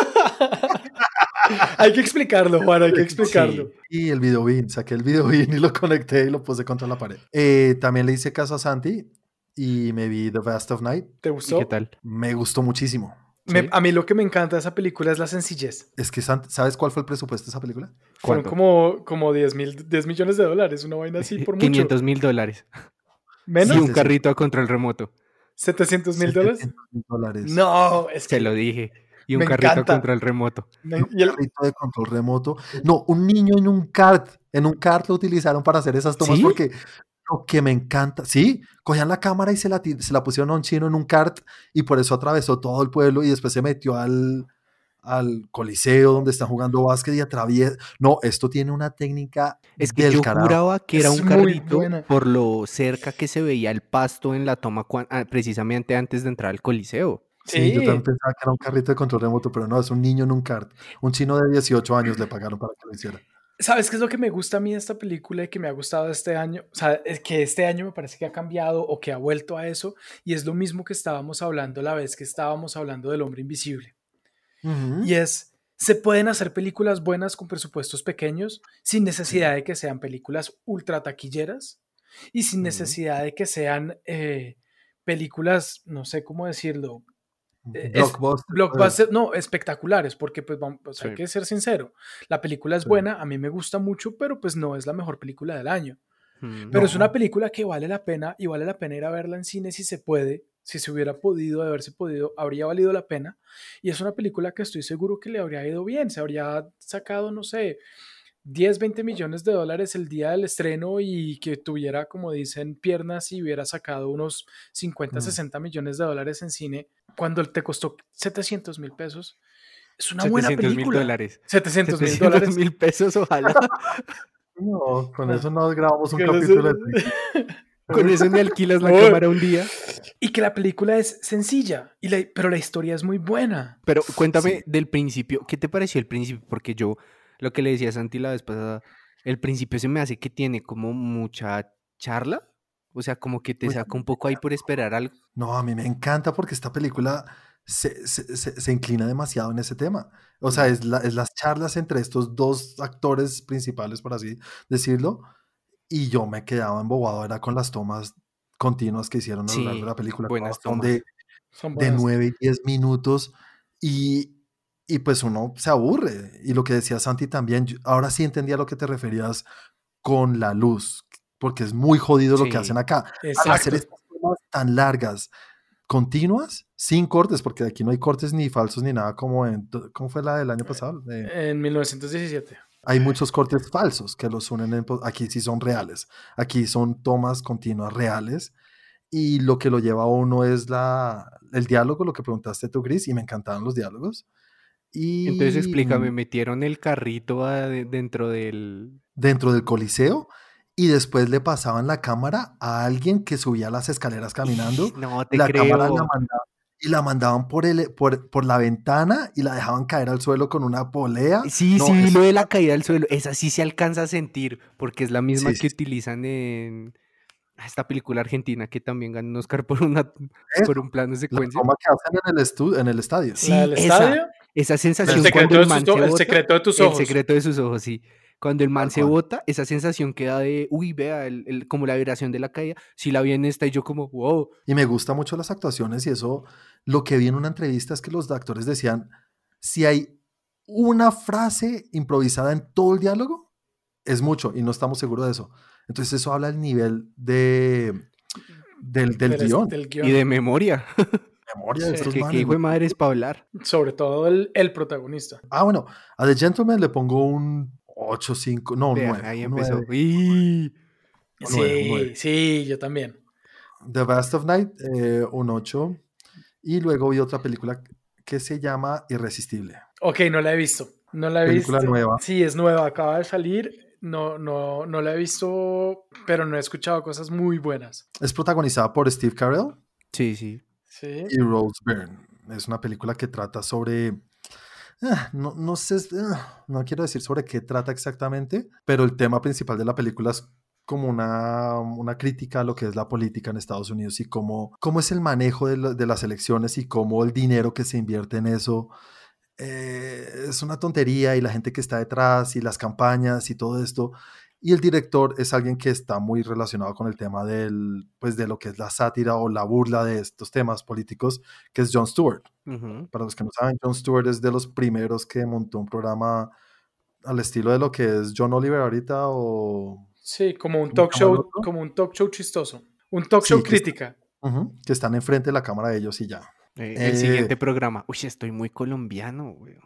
B: Hay que explicarlo, Juan, hay que explicarlo.
A: Y el videobeam, saqué el videobeam y lo conecté y lo puse contra la pared. También le hice caso a Santi y me vi The Vast of Night.
B: ¿Te
C: ¿Y
B: gustó?
C: qué tal?
A: Me gustó muchísimo.
C: ¿Sí?
B: A mí lo que me encanta de esa película es la sencillez.
A: Es que, ¿sabes cuál fue el presupuesto de esa película?
B: Fueron
C: ¿Cuánto?
B: como 10 millones de dólares, una vaina así por mucho.
C: $500,000.
B: ¿Menos?
C: Y
A: Sí,
C: un
A: sí.
C: carrito a control remoto.
B: ¿$700,000?
A: $700.
B: No, es
C: Se
B: que
C: lo dije. Y un
B: me
C: carrito a
B: encanta.
C: control remoto.
A: Un
B: Y el-
A: carrito de control remoto. No, un niño en un kart. En un kart lo utilizaron para hacer esas tomas
C: ¿Sí?
A: porque lo que me encanta, sí, cogían la cámara y se la pusieron a un chino en un kart y por eso atravesó todo el pueblo y después se metió al coliseo donde están jugando básquet y atraviesa. No, esto tiene una técnica
C: Es que
A: del
C: yo
A: carajo.
C: juraba que era
B: Es
C: un
B: muy
C: carrito
B: buena.
C: por lo cerca que se veía el pasto en la toma precisamente antes de entrar al coliseo.
A: Sí, yo
B: Sí,
A: también pensaba que era un carrito de control remoto, pero no, es un niño en un kart. Un chino de 18 años le pagaron para que lo hiciera.
B: ¿sabes qué es lo que me gusta a mí de esta película y que me ha gustado este año? O sea, es que este año me parece que ha cambiado o que ha vuelto a eso y es lo mismo que estábamos hablando la vez que estábamos hablando del Hombre Invisible.
A: Ujú.
B: Y se pueden hacer películas buenas con presupuestos pequeños sin necesidad de que sean películas ultra taquilleras y sin necesidad de que sean películas, no sé cómo decirlo, blockbuster, no, espectaculares, porque pues, pues hay
C: Sí.
B: que ser sincero, la película es
A: Sí.
B: buena, a mí me gusta mucho, pero pues no es la mejor película del año.
C: Mm.
B: Pero es
A: No.
B: una película que vale la pena y vale la pena ir a verla en cine si se puede, si se hubiera podido, de haberse podido, habría valido la pena. Y es una película que estoy seguro que le habría ido bien, se habría sacado, no sé, 10, 20 millones de dólares el día del estreno y que tuviera, como dicen, piernas y hubiera sacado unos 50, 60 millones de dólares en cine cuando te costó 700,000 pesos. Es una buena película.
C: $700,000.
B: 700,000 dólares.
C: $700,000, ojalá.
A: No, con eso no grabamos un
B: Que no
A: capítulo
B: sé.
A: de
C: Con eso ni alquilas la
B: Uy.
C: cámara un día.
B: Y que la película es sencilla, pero la historia es muy buena.
C: Pero cuéntame
A: Sí.
C: del principio. ¿Qué te pareció el principio? Porque yo, lo que le decía a Santi la vez pasada, el principio se me hace que tiene como mucha charla. O sea, como que te
A: Uy,
C: saca un poco ahí por esperar algo.
A: No, a mí me encanta porque esta película se inclina demasiado en ese tema. O sea, es las charlas entre estos dos actores principales, por así decirlo, y yo me quedaba embobado, era con las tomas continuas que hicieron a lo largo de
C: Sí,
A: la película,
C: buenas
A: son
C: tomas.
B: Son
A: de
B: buenas.
A: 9 y 10 minutos, y, y pues uno se aburre. Y lo que decía Santi también, ahora sí entendía a lo que te referías con la luz, porque es muy jodido lo que hacen
C: Sí,
A: acá. Al hacer
B: Exacto.
A: estas tomas tan largas, continuas, sin cortes, porque aquí no hay cortes ni falsos ni nada como ¿cómo fue la del año pasado?
B: En 1917.
A: Hay muchos cortes falsos que los unen aquí sí son reales, aquí son tomas continuas reales, y lo que lo lleva a uno es el diálogo, lo que preguntaste tú, Chris, y me encantaban los diálogos.
C: entonces
A: Y
C: explícame, metieron el carrito dentro del...
A: dentro del Coliseo, y después le pasaban la cámara a alguien que subía las escaleras caminando,
C: No
A: y
C: te
A: la cámara
C: creo.
A: la mandaban por la ventana y la dejaban caer al suelo con una polea.
C: Sí,
A: No,
C: sí, vi
A: es
C: lo de la caída al suelo. Esa sí se alcanza a sentir, porque es la misma
A: sí,
C: que
A: sí, sí.
C: utilizan en esta película argentina que también ganó un Oscar por
A: Eso,
C: un plano
A: la
C: secuencia.
A: toma que hacen en el estadio.
B: La
C: Sí,
B: del
C: esa
B: estadio,
A: El
C: sensación cuando
B: secreto
C: el
B: de
C: man se
B: el
C: bota,
B: secreto de tus
C: el
B: ojos.
C: secreto de sus ojos, sí. Cuando el man
A: Tal
C: se
A: cual.
C: bota, esa sensación queda de, uy, vea, como la vibración de la caída. Si la vi en esta y yo como, wow.
A: Y me gustan mucho las actuaciones, y eso, lo que vi en una entrevista es que los actores decían, si hay una frase improvisada en todo el diálogo, es mucho, y no estamos seguros de eso. Entonces eso habla del nivel del guión,
B: Del
C: Y
B: guión.
C: de memoria,
A: memoria de
B: Sí.
A: estos
C: porque qué
A: manes.
C: hijo de madre es para hablar.
B: Sobre todo el protagonista.
A: Bueno, a The Gentleman le pongo un 8 5 no, un
C: Vea,
A: 9
C: ahí
A: un 9
C: empezó. Y...
A: un 9 un 9.
B: Sí, sí, yo también.
A: The Best of Night, un 8. Y luego vi otra película que se llama Irresistible.
B: Ok, no la he visto. No la he
A: Película
B: visto.
A: nueva.
B: Sí, es nueva, acaba de salir. No la he visto, pero no he escuchado cosas muy buenas.
A: Es protagonizada por Steve Carell
C: Sí, sí.
B: Sí.
A: y Rose Byrne. Es una película que trata sobre... no sé, no quiero decir sobre qué trata exactamente, pero el tema principal de la película es como una crítica a lo que es la política en Estados Unidos, y cómo es el manejo de las elecciones, y cómo el dinero que se invierte en eso es una tontería, y la gente que está detrás y las campañas y todo esto. Y el director es alguien que está muy relacionado con el tema pues de lo que es la sátira o la burla de estos temas políticos, que es Jon Stewart.
C: Ujú.
A: Para los que no saben, Jon Stewart es de los primeros que montó un programa al estilo de lo que es John Oliver ahorita, o
B: Sí,
A: ¿cómo se llama el otro?
B: como un talk show chistoso. Un talk show
A: Sí,
B: crítica.
A: que están enfrente de la cámara de ellos y ya.
C: El siguiente programa. Uy, estoy muy colombiano, güey.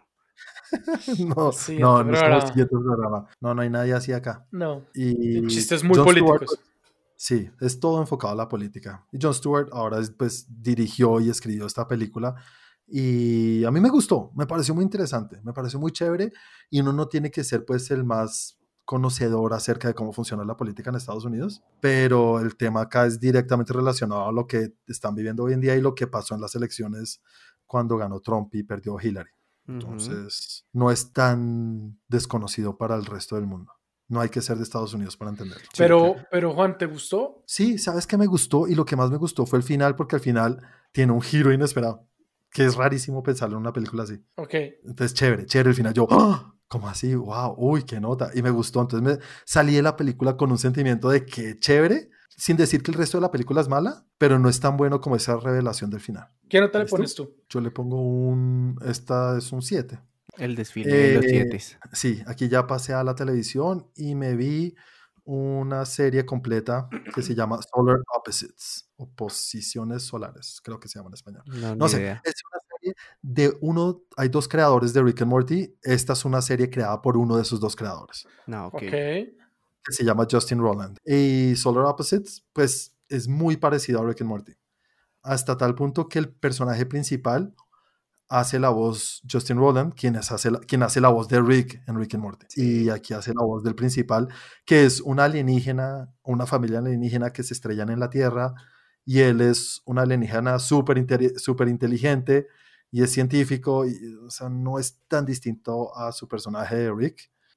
B: Siguiente
A: No es como el
B: programa.
A: siguiente programa. No hay nadie así acá.
B: No. Y
A: Y
B: chistes muy
A: Jon Stewart,
B: políticos.
A: sí, es todo enfocado a la política. Y Jon Stewart ahora pues dirigió y escribió esta película, y a mí me gustó, me pareció muy interesante, me pareció muy chévere, y uno no tiene que ser pues el más conocedor acerca de cómo funciona la política en Estados Unidos, pero el tema acá es directamente relacionado a lo que están viviendo hoy en día y lo que pasó en las elecciones cuando ganó Trump y perdió Hillary. Entonces, no es tan desconocido para el resto del mundo. No hay que ser de Estados Unidos para entenderlo.
C: Sí, claro.
B: Pero Juan, ¿te gustó?
A: Sí, ¿sabes qué me gustó? Y lo que más me gustó fue el final, porque al final tiene un giro inesperado, que es rarísimo pensarlo en una película así.
B: Ok.
A: Entonces, chévere el final. Yo, ¡ah! ¿Cómo así? ¡Wow! ¡Uy, qué nota! Y me gustó. Entonces salí de la película con un sentimiento de que chévere, sin decir que el resto de la película es mala, pero no es tan bueno como esa revelación del final.
B: ¿Qué nota le
A: ¿Listo?
B: pones tú?
A: Yo le pongo esta es un 7.
C: El desfile de los 7.
A: Sí, aquí ya pasé a la televisión y me vi una serie completa que se llama Solar Opposites, oposiciones solares, creo que se llama en español.
C: No,
A: No
C: ni
A: sé,
C: idea.
A: es una serie hay dos creadores de Rick and Morty. Esta es una serie creada por uno de sus dos creadores,
C: No, ok.
B: Ok.
A: que se llama Justin Roiland. Y Solar Opposites, pues es muy parecido a Rick and Morty, hasta tal punto que el personaje principal hace la voz Justin Roiland, quien hace la voz de Rick en Rick and Morty.
C: Sí.
A: Y aquí hace la voz del principal, que es una alienígena, una familia alienígena que se estrellan en la Tierra, y él es una alienígena súper inteligente y es científico, o sea, no es tan distinto a su personaje de Rick.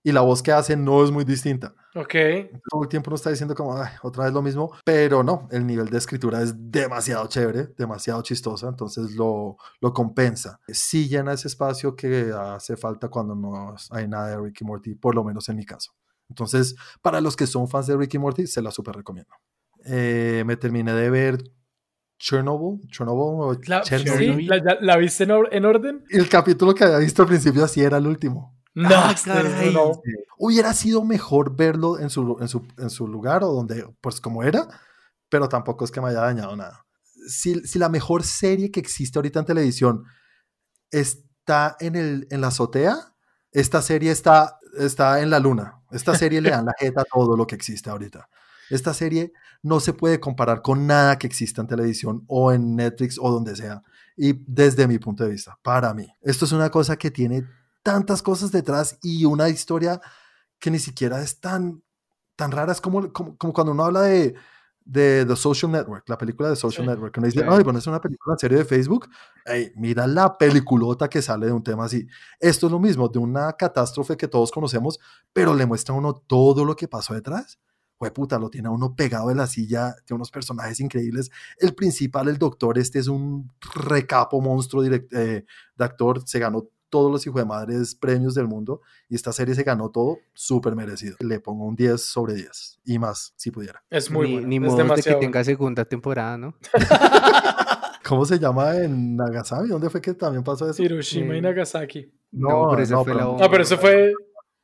A: y la voz que hace no es muy distinta.
B: Ok.
A: Todo el tiempo uno está diciendo como, "Ay, otra vez lo mismo", pero no, el nivel de escritura es demasiado chévere, demasiado chistosa, entonces lo compensa. Sí llena ese espacio que hace falta cuando no hay nada de Rick y Morty, por lo menos en mi caso. Entonces, para los que son fans de Rick y Morty, se la súper recomiendo. Me terminé de ver Chernobyl o Chernobyl.
B: Sí, ¿la viste en orden?
A: El capítulo que había visto al principio así era el último.
B: No,
C: caray.
B: no.
A: Hubiera sido mejor verlo en su lugar o donde, pues como era, pero tampoco es que me haya dañado nada. Si la mejor serie que existe ahorita en televisión está en la azotea, esta serie está en la luna. Esta serie le dan la jeta a todo lo que existe ahorita. Esta serie no se puede comparar con nada que exista en televisión o en Netflix o donde sea. Y desde mi punto de vista, para mí, esto es una cosa que tiene tantas cosas detrás y una historia que ni siquiera es tan rara. Es como cuando uno habla de The Social Network, la película de Social Network, uno dice, ay, bueno, es una película, serie de Facebook. Hey, mira la peliculota que sale de un tema así. Esto es lo mismo, de una catástrofe que todos conocemos, pero le muestra a uno todo lo que pasó detrás. Puta, lo tiene a uno pegado de la silla, tiene unos personajes increíbles. El principal, el doctor, es un recapo monstruo de actor, se ganó todos los hijos de madres premios del mundo y esta serie se ganó todo, súper merecido. Le pongo un 10 sobre 10 y más, si pudiera.
B: Es muy bueno.
C: Ni
B: es
C: modo de que
B: demasiado
C: tenga
B: bueno.
C: segunda temporada, ¿no?
A: ¿Cómo se llama en Nagasaki? ¿Dónde fue que también pasó eso?
B: Hiroshima y Nagasaki.
C: No, pero esa fue la
B: No, pero eso fue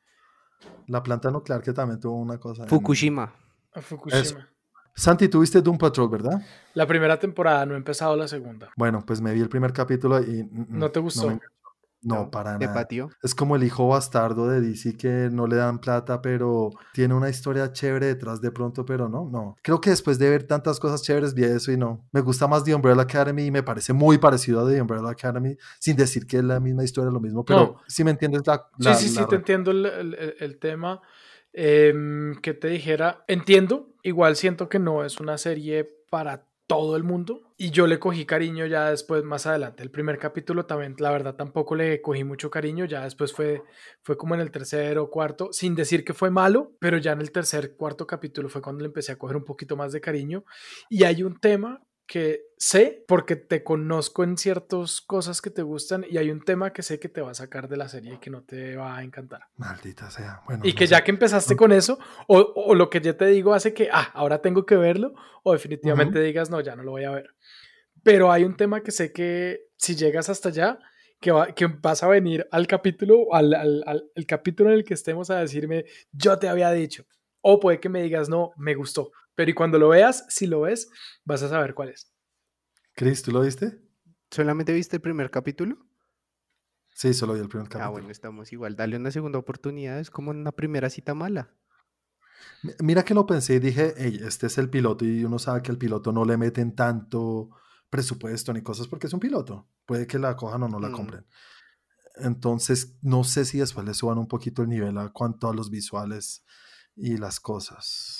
A: la planta nuclear que también tuvo una cosa.
C: Fukushima.
B: a Fukushima.
A: Eso. Santi, tuviste Doom Patrol, ¿verdad?
B: La primera temporada, no he empezado la segunda.
A: Bueno, pues me vi el primer capítulo y...
B: ¿No te gustó?
A: No, para
C: ¿Te
A: nada.
C: pateó?
A: Es como el hijo bastardo de DC que no le dan plata, pero tiene una historia chévere detrás de pronto, pero no. Creo que después de ver tantas cosas chéveres vi eso y no. Me gusta más The Umbrella Academy y me parece muy parecido a The Umbrella Academy, sin decir que es la misma historia, lo mismo, pero si me entiendes
B: Sí, te entiendo el tema. Que te dijera, entiendo, igual siento que no es una serie para todo el mundo y yo le cogí cariño ya después, más adelante. El primer capítulo también, la verdad, tampoco le cogí mucho cariño, ya después fue como en el tercero o cuarto, sin decir que fue malo, pero ya en el tercer, cuarto capítulo fue cuando le empecé a coger un poquito más de cariño. Y hay un tema que sé porque te conozco en ciertas cosas que te gustan y hay un tema que sé que te va a sacar de la serie y que no te va a encantar.
A: Maldita sea. Bueno,
B: y que ya que empezaste con eso, o lo que ya te digo hace que, ahora tengo que verlo, o definitivamente digas, no, ya no lo voy a ver. Pero hay un tema que sé que si llegas hasta allá, que vas a venir al capítulo, al capítulo en el que estemos a decirme, yo te había dicho. O puede que me digas, no, me gustó. Pero y cuando lo veas, si lo ves, vas a saber cuál es.
A: Chris, ¿tú lo viste?
C: ¿Solamente viste el primer capítulo?
A: Sí, solo vi el primer capítulo.
C: Bueno, estamos igual. Dale una segunda oportunidad. Es como una primera cita mala.
A: Mira que lo pensé y dije, hey, este es el piloto y uno sabe que al piloto no le meten tanto presupuesto ni cosas porque es un piloto. Puede que la cojan o no la compren. Entonces, no sé si después le suban un poquito el nivel a cuanto a los visuales y las cosas.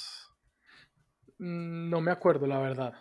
B: No me acuerdo, la verdad.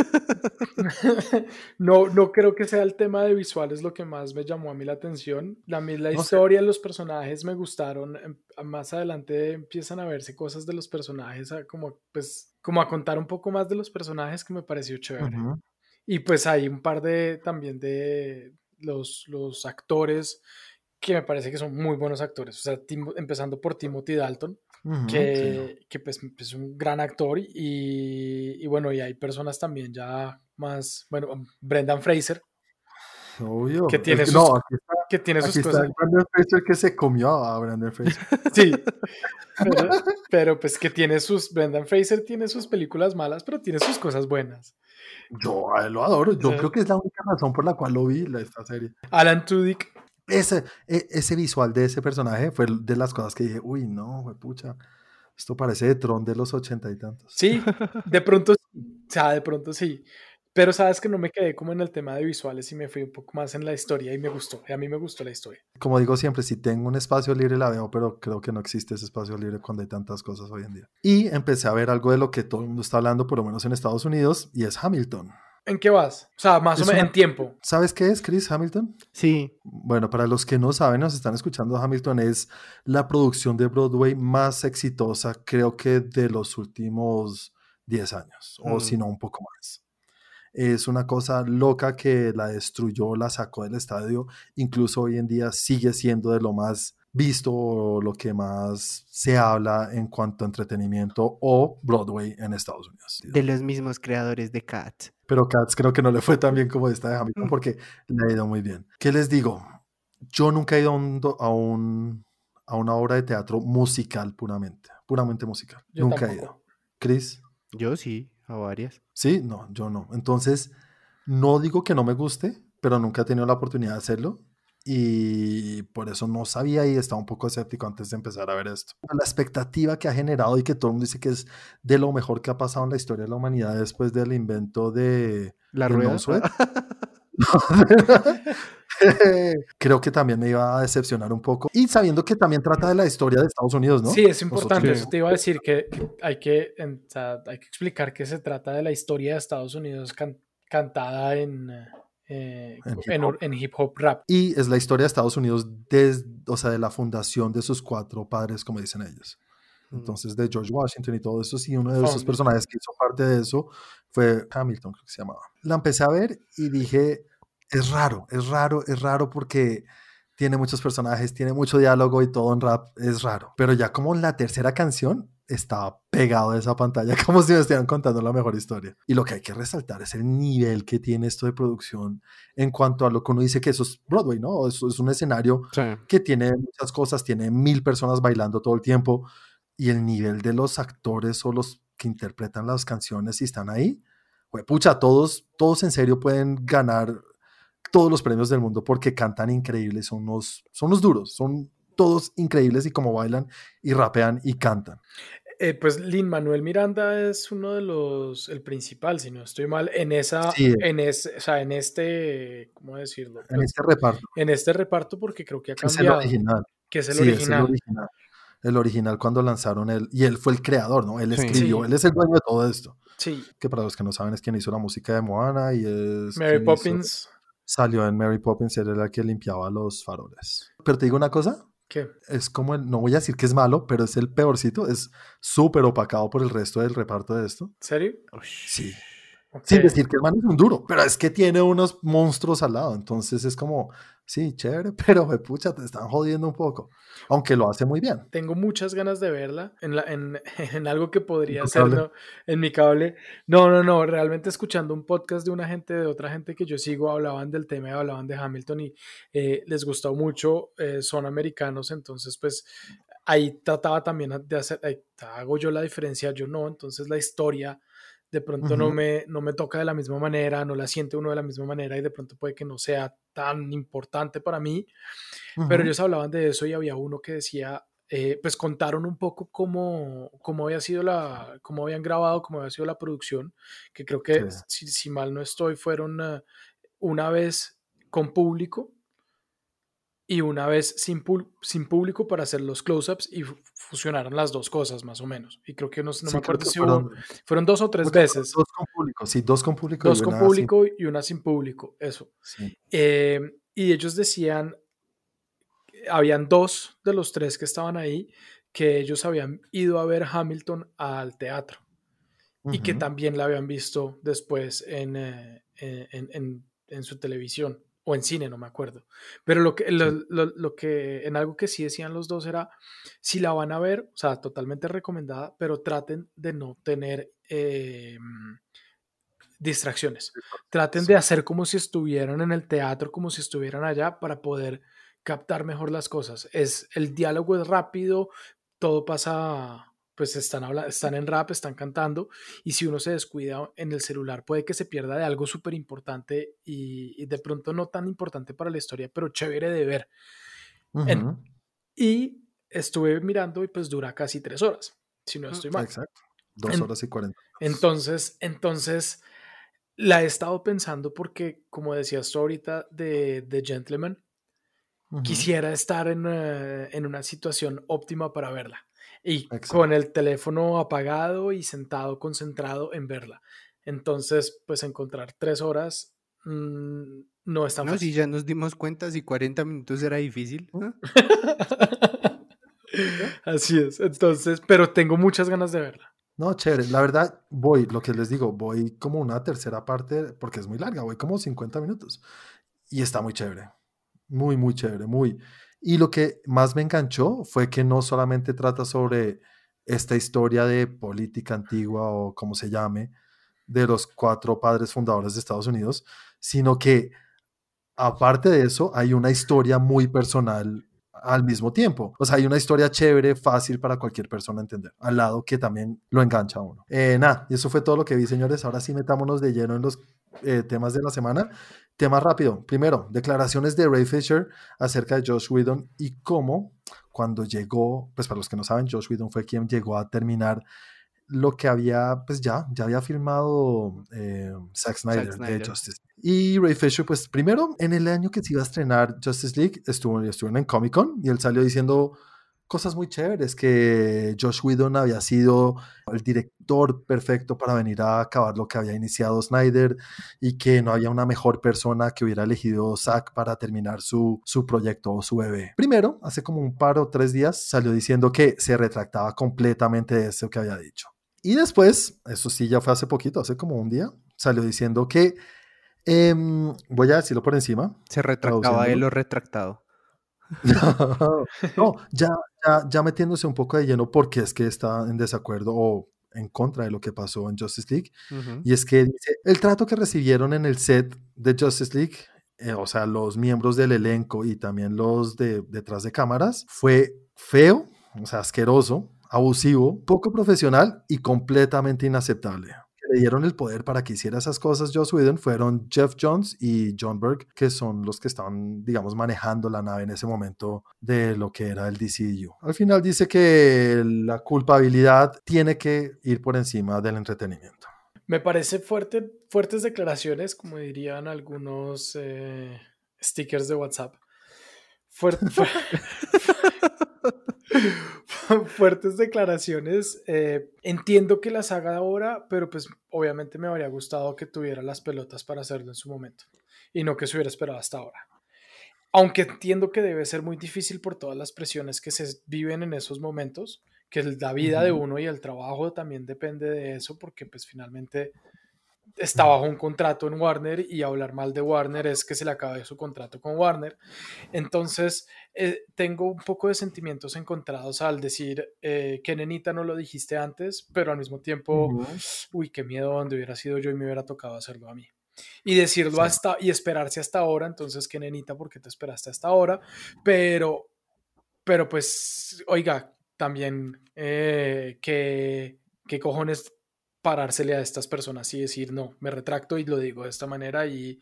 B: no creo que sea el tema de visuales lo que más me llamó a mí la atención. La historia, los personajes me gustaron. Más adelante empiezan a verse cosas de los personajes, como a contar un poco más de los personajes que me pareció chévere. Y pues hay un par también de los actores que me parece que son muy buenos actores. O sea, empezando por Timothy Dalton. Que pues es un gran actor y bueno, y hay personas también ya más, bueno, Brendan Fraser.
A: Obvio.
B: Que tiene sus cosas.
A: Brendan Fraser que se comió a Brendan Fraser.
B: Sí, pero pues que Brendan Fraser tiene sus películas malas, pero tiene sus cosas buenas.
A: Yo a él lo adoro. Yo creo que es la única razón por la cual lo vi esta serie.
B: Alan Tudyk.
A: Ese visual de ese personaje fue de las cosas que dije, uy, no, pucha, esto parece de Tron de los 80 y tantos.
B: Sí, de pronto sí. Pero sabes que no me quedé como en el tema de visuales y me fui un poco más en la historia y me gustó. A mí me gustó la historia.
A: Como digo siempre, si tengo un espacio libre la veo, pero creo que no existe ese espacio libre cuando hay tantas cosas hoy en día. Y empecé a ver algo de lo que todo el mundo está hablando, por lo menos en Estados Unidos, y es Hamilton.
B: ¿En qué vas? O sea, más o
A: Es
B: menos
A: una...
B: en tiempo.
A: ¿Sabes qué es, Chris Hamilton?
C: Sí.
A: Bueno, para los que no saben, nos están escuchando, Hamilton es la producción de Broadway más exitosa, creo que de los últimos 10 años, o si no, un poco más. Es una cosa loca que la destruyó, la sacó del estadio, incluso hoy en día sigue siendo de lo más visto o lo que más se habla en cuanto a entretenimiento o Broadway en Estados Unidos.
C: De los mismos creadores de Cats.
A: Pero Cats creo que no le fue tan bien como esta de Hamilton porque le ha ido muy bien. ¿Qué les digo? Yo nunca he ido a una obra de teatro musical puramente musical.
B: Yo
A: Nunca he
B: tampoco.
A: ido. ¿Chris?
C: Yo sí, a varias.
A: Sí, no, yo no. Entonces, no digo que no me guste, pero nunca he tenido la oportunidad de hacerlo y por eso no sabía y estaba un poco escéptico antes de empezar a ver esto. La expectativa que ha generado y que todo el mundo dice que es de lo mejor que ha pasado en la historia de la humanidad después del invento de
C: ¿La
A: del
C: rueda?
A: non-sweat. Creo que también me iba a decepcionar un poco y sabiendo que también trata de la historia de Estados Unidos, ¿no?
B: Sí, es importante,
C: Nosotros...
B: eso te iba a decir que o sea, hay que explicar que se trata de la historia de Estados Unidos cantada en hip hop rap.
A: Y es la historia de Estados Unidos o sea, de la fundación de sus 4 padres, como dicen ellos. Entonces, de George Washington y todo eso, sí, uno de esos personajes que hizo parte de eso fue Hamilton, creo que se llamaba. La empecé a ver y dije, es raro porque tiene muchos personajes, tiene mucho diálogo y todo en rap, es raro. Pero ya como en la tercera canción estaba pegado a esa pantalla como si me estuvieran contando la mejor historia. Y lo que hay que resaltar es el nivel que tiene esto de producción en cuanto a lo que uno dice que eso es Broadway, ¿no? Eso es un escenario que tiene muchas cosas, tiene 1000 personas bailando todo el tiempo y el nivel de los actores o los que interpretan las canciones y están ahí, pucha, todos en serio pueden ganar todos los premios del mundo porque cantan increíbles, son unos duros, son todos increíbles y como bailan y rapean y cantan.
B: Pues Lin-Manuel Miranda es uno de el principal, si no estoy mal,
A: Sí,
B: o sea, en este, ¿cómo decirlo?
A: en
B: Pues,
A: este reparto.
B: en este reparto porque creo que ha
A: Que es el
B: cambiado,
A: original.
B: que es el
A: Sí,
B: original.
A: es el original. El original cuando lanzaron y él fue el creador, ¿no? Él escribió,
B: Sí.
A: él es el dueño de todo esto.
B: Sí.
A: Que para los que no saben es quien hizo la música de Moana y es
B: Mary Poppins.
A: Salió en Mary Poppins, era la que limpiaba los faroles. Pero te digo una cosa,
B: ¿Qué?
A: es como no voy a decir que es malo, pero es el peorcito, es súper opacado por el resto del reparto de esto.
B: ¿Serio?
A: Sí.
B: Okay.
A: Sin decir que el man es un duro, pero es que tiene unos monstruos al lado, entonces es como, sí, chévere, pero pucha, te están jodiendo un poco, aunque lo hace muy bien.
B: Tengo muchas ganas de verla en algo que podría ser, ¿no? En mi cable. No, realmente escuchando un podcast de otra gente que yo sigo, hablaban del tema, hablaban de Hamilton y les gustó mucho, son americanos, entonces pues ahí trataba también de hacer, hago yo la diferencia, yo no, entonces la historia de pronto no me toca de la misma manera, no la siente uno de la misma manera y de pronto puede que no sea tan importante para mí, pero ellos hablaban de eso y había uno que decía, pues contaron un poco cómo había sido cómo habían grabado, cómo había sido la producción, que creo que si mal no estoy, fueron una vez con público y una vez sin público para hacer los close-ups y fusionaron las dos cosas más o menos. Y creo que no me acuerdo si fueron 2 o 3 veces.
A: 2 con público, sí, 2 con público.
B: 2 con público y una sin público, eso.
A: Sí.
B: Y ellos decían, habían 2 de los 3 que estaban ahí, que ellos habían ido a ver Hamilton al teatro y que también la habían visto después en su televisión o en cine, no me acuerdo. Pero lo que en algo que sí decían los dos era, si la van a ver, o sea, totalmente recomendada, pero traten de no tener distracciones. Traten de hacer como si estuvieran en el teatro, como si estuvieran allá para poder captar mejor las cosas. El diálogo es rápido, todo pasa, pues están en rap, están cantando, y si uno se descuida en el celular puede que se pierda de algo súper importante y de pronto no tan importante para la historia, pero chévere de ver. Y estuve mirando y pues dura casi 3 horas, si no estoy mal.
A: Exacto, 2 horas y 40.
B: Entonces la he estado pensando porque, como decías tú ahorita de Gentleman, quisiera estar en una situación óptima para verla y con el teléfono apagado y sentado concentrado en verla. Entonces, pues encontrar 3 horas no es tan
C: No, si
B: fácil.
C: ya nos dimos cuenta, si 40 minutos era difícil. ¿Ah?
B: Así es. Entonces, pero tengo muchas ganas de verla.
A: No, chévere. La verdad, lo que les digo, voy como una tercera parte, porque es muy larga, voy como 50 minutos. Y está muy chévere. Muy, muy chévere, muy. Y lo que más me enganchó fue que no solamente trata sobre esta historia de política antigua o como se llame, de los 4 padres fundadores de Estados Unidos, sino que aparte de eso, hay una historia muy personal al mismo tiempo. O sea, hay una historia chévere, fácil para cualquier persona entender, al lado que también lo engancha a uno. Nada, y eso fue todo lo que vi, señores. Ahora sí metámonos de lleno en los temas de la semana. Tema rápido. Primero, declaraciones de Ray Fisher acerca de Joss Whedon y cómo cuando llegó, pues para los que no saben, Joss Whedon fue quien llegó a terminar lo que había, pues ya había filmado Zack Snyder de Justice League. Y Ray Fisher, pues primero, en el año que se iba a estrenar Justice League, estuvieron en Comic Con y él salió diciendo cosas muy chéveres, que Joss Whedon había sido el director perfecto para venir a acabar lo que había iniciado Snyder y que no había una mejor persona que hubiera elegido Zack para terminar su proyecto o su bebé. Primero, hace como un par o 3 días, salió diciendo que se retractaba completamente de eso que había dicho. Y después, eso sí, ya fue hace poquito, hace como un día, salió diciendo que, voy a decirlo por encima.
C: Se retractaba de lo retractado.
A: No, ya metiéndose un poco de lleno porque es que está en desacuerdo o en contra de lo que pasó en Justice League. Y es que dice, el trato que recibieron en el set de Justice League, o sea, los miembros del elenco y también los de detrás de cámaras, fue feo, o sea, asqueroso, abusivo, poco profesional y completamente inaceptable. Que le dieron el poder para que hiciera esas cosas Joss Whedon fueron Jeff Johns y John Berg, que son los que estaban, digamos, manejando la nave en ese momento de lo que era el DCU. Al final dice que la culpabilidad tiene que ir por encima del entretenimiento.
B: Me parece fuertes declaraciones, como dirían algunos stickers de WhatsApp. Fuertes declaraciones. Entiendo que las haga ahora, pero pues obviamente me habría gustado que tuviera las pelotas para hacerlo en su momento y no que se hubiera esperado hasta ahora. Aunque entiendo que debe ser muy difícil por todas las presiones que se viven en esos momentos, que la vida de uno y el trabajo también depende de eso, porque pues finalmente está bajo un contrato en Warner y hablar mal de Warner es que se le acabe su contrato con Warner. Entonces, tengo un poco de sentimientos encontrados al decir que nenita no lo dijiste antes, pero al mismo tiempo, uy, qué miedo donde hubiera sido yo y me hubiera tocado hacerlo a mí. Y decirlo hasta y esperarse hasta ahora, entonces qué nenita, ¿por qué te esperaste hasta ahora? Pero pues, oiga, también qué cojones parársele a estas personas y decir, no, me retracto y lo digo de esta manera y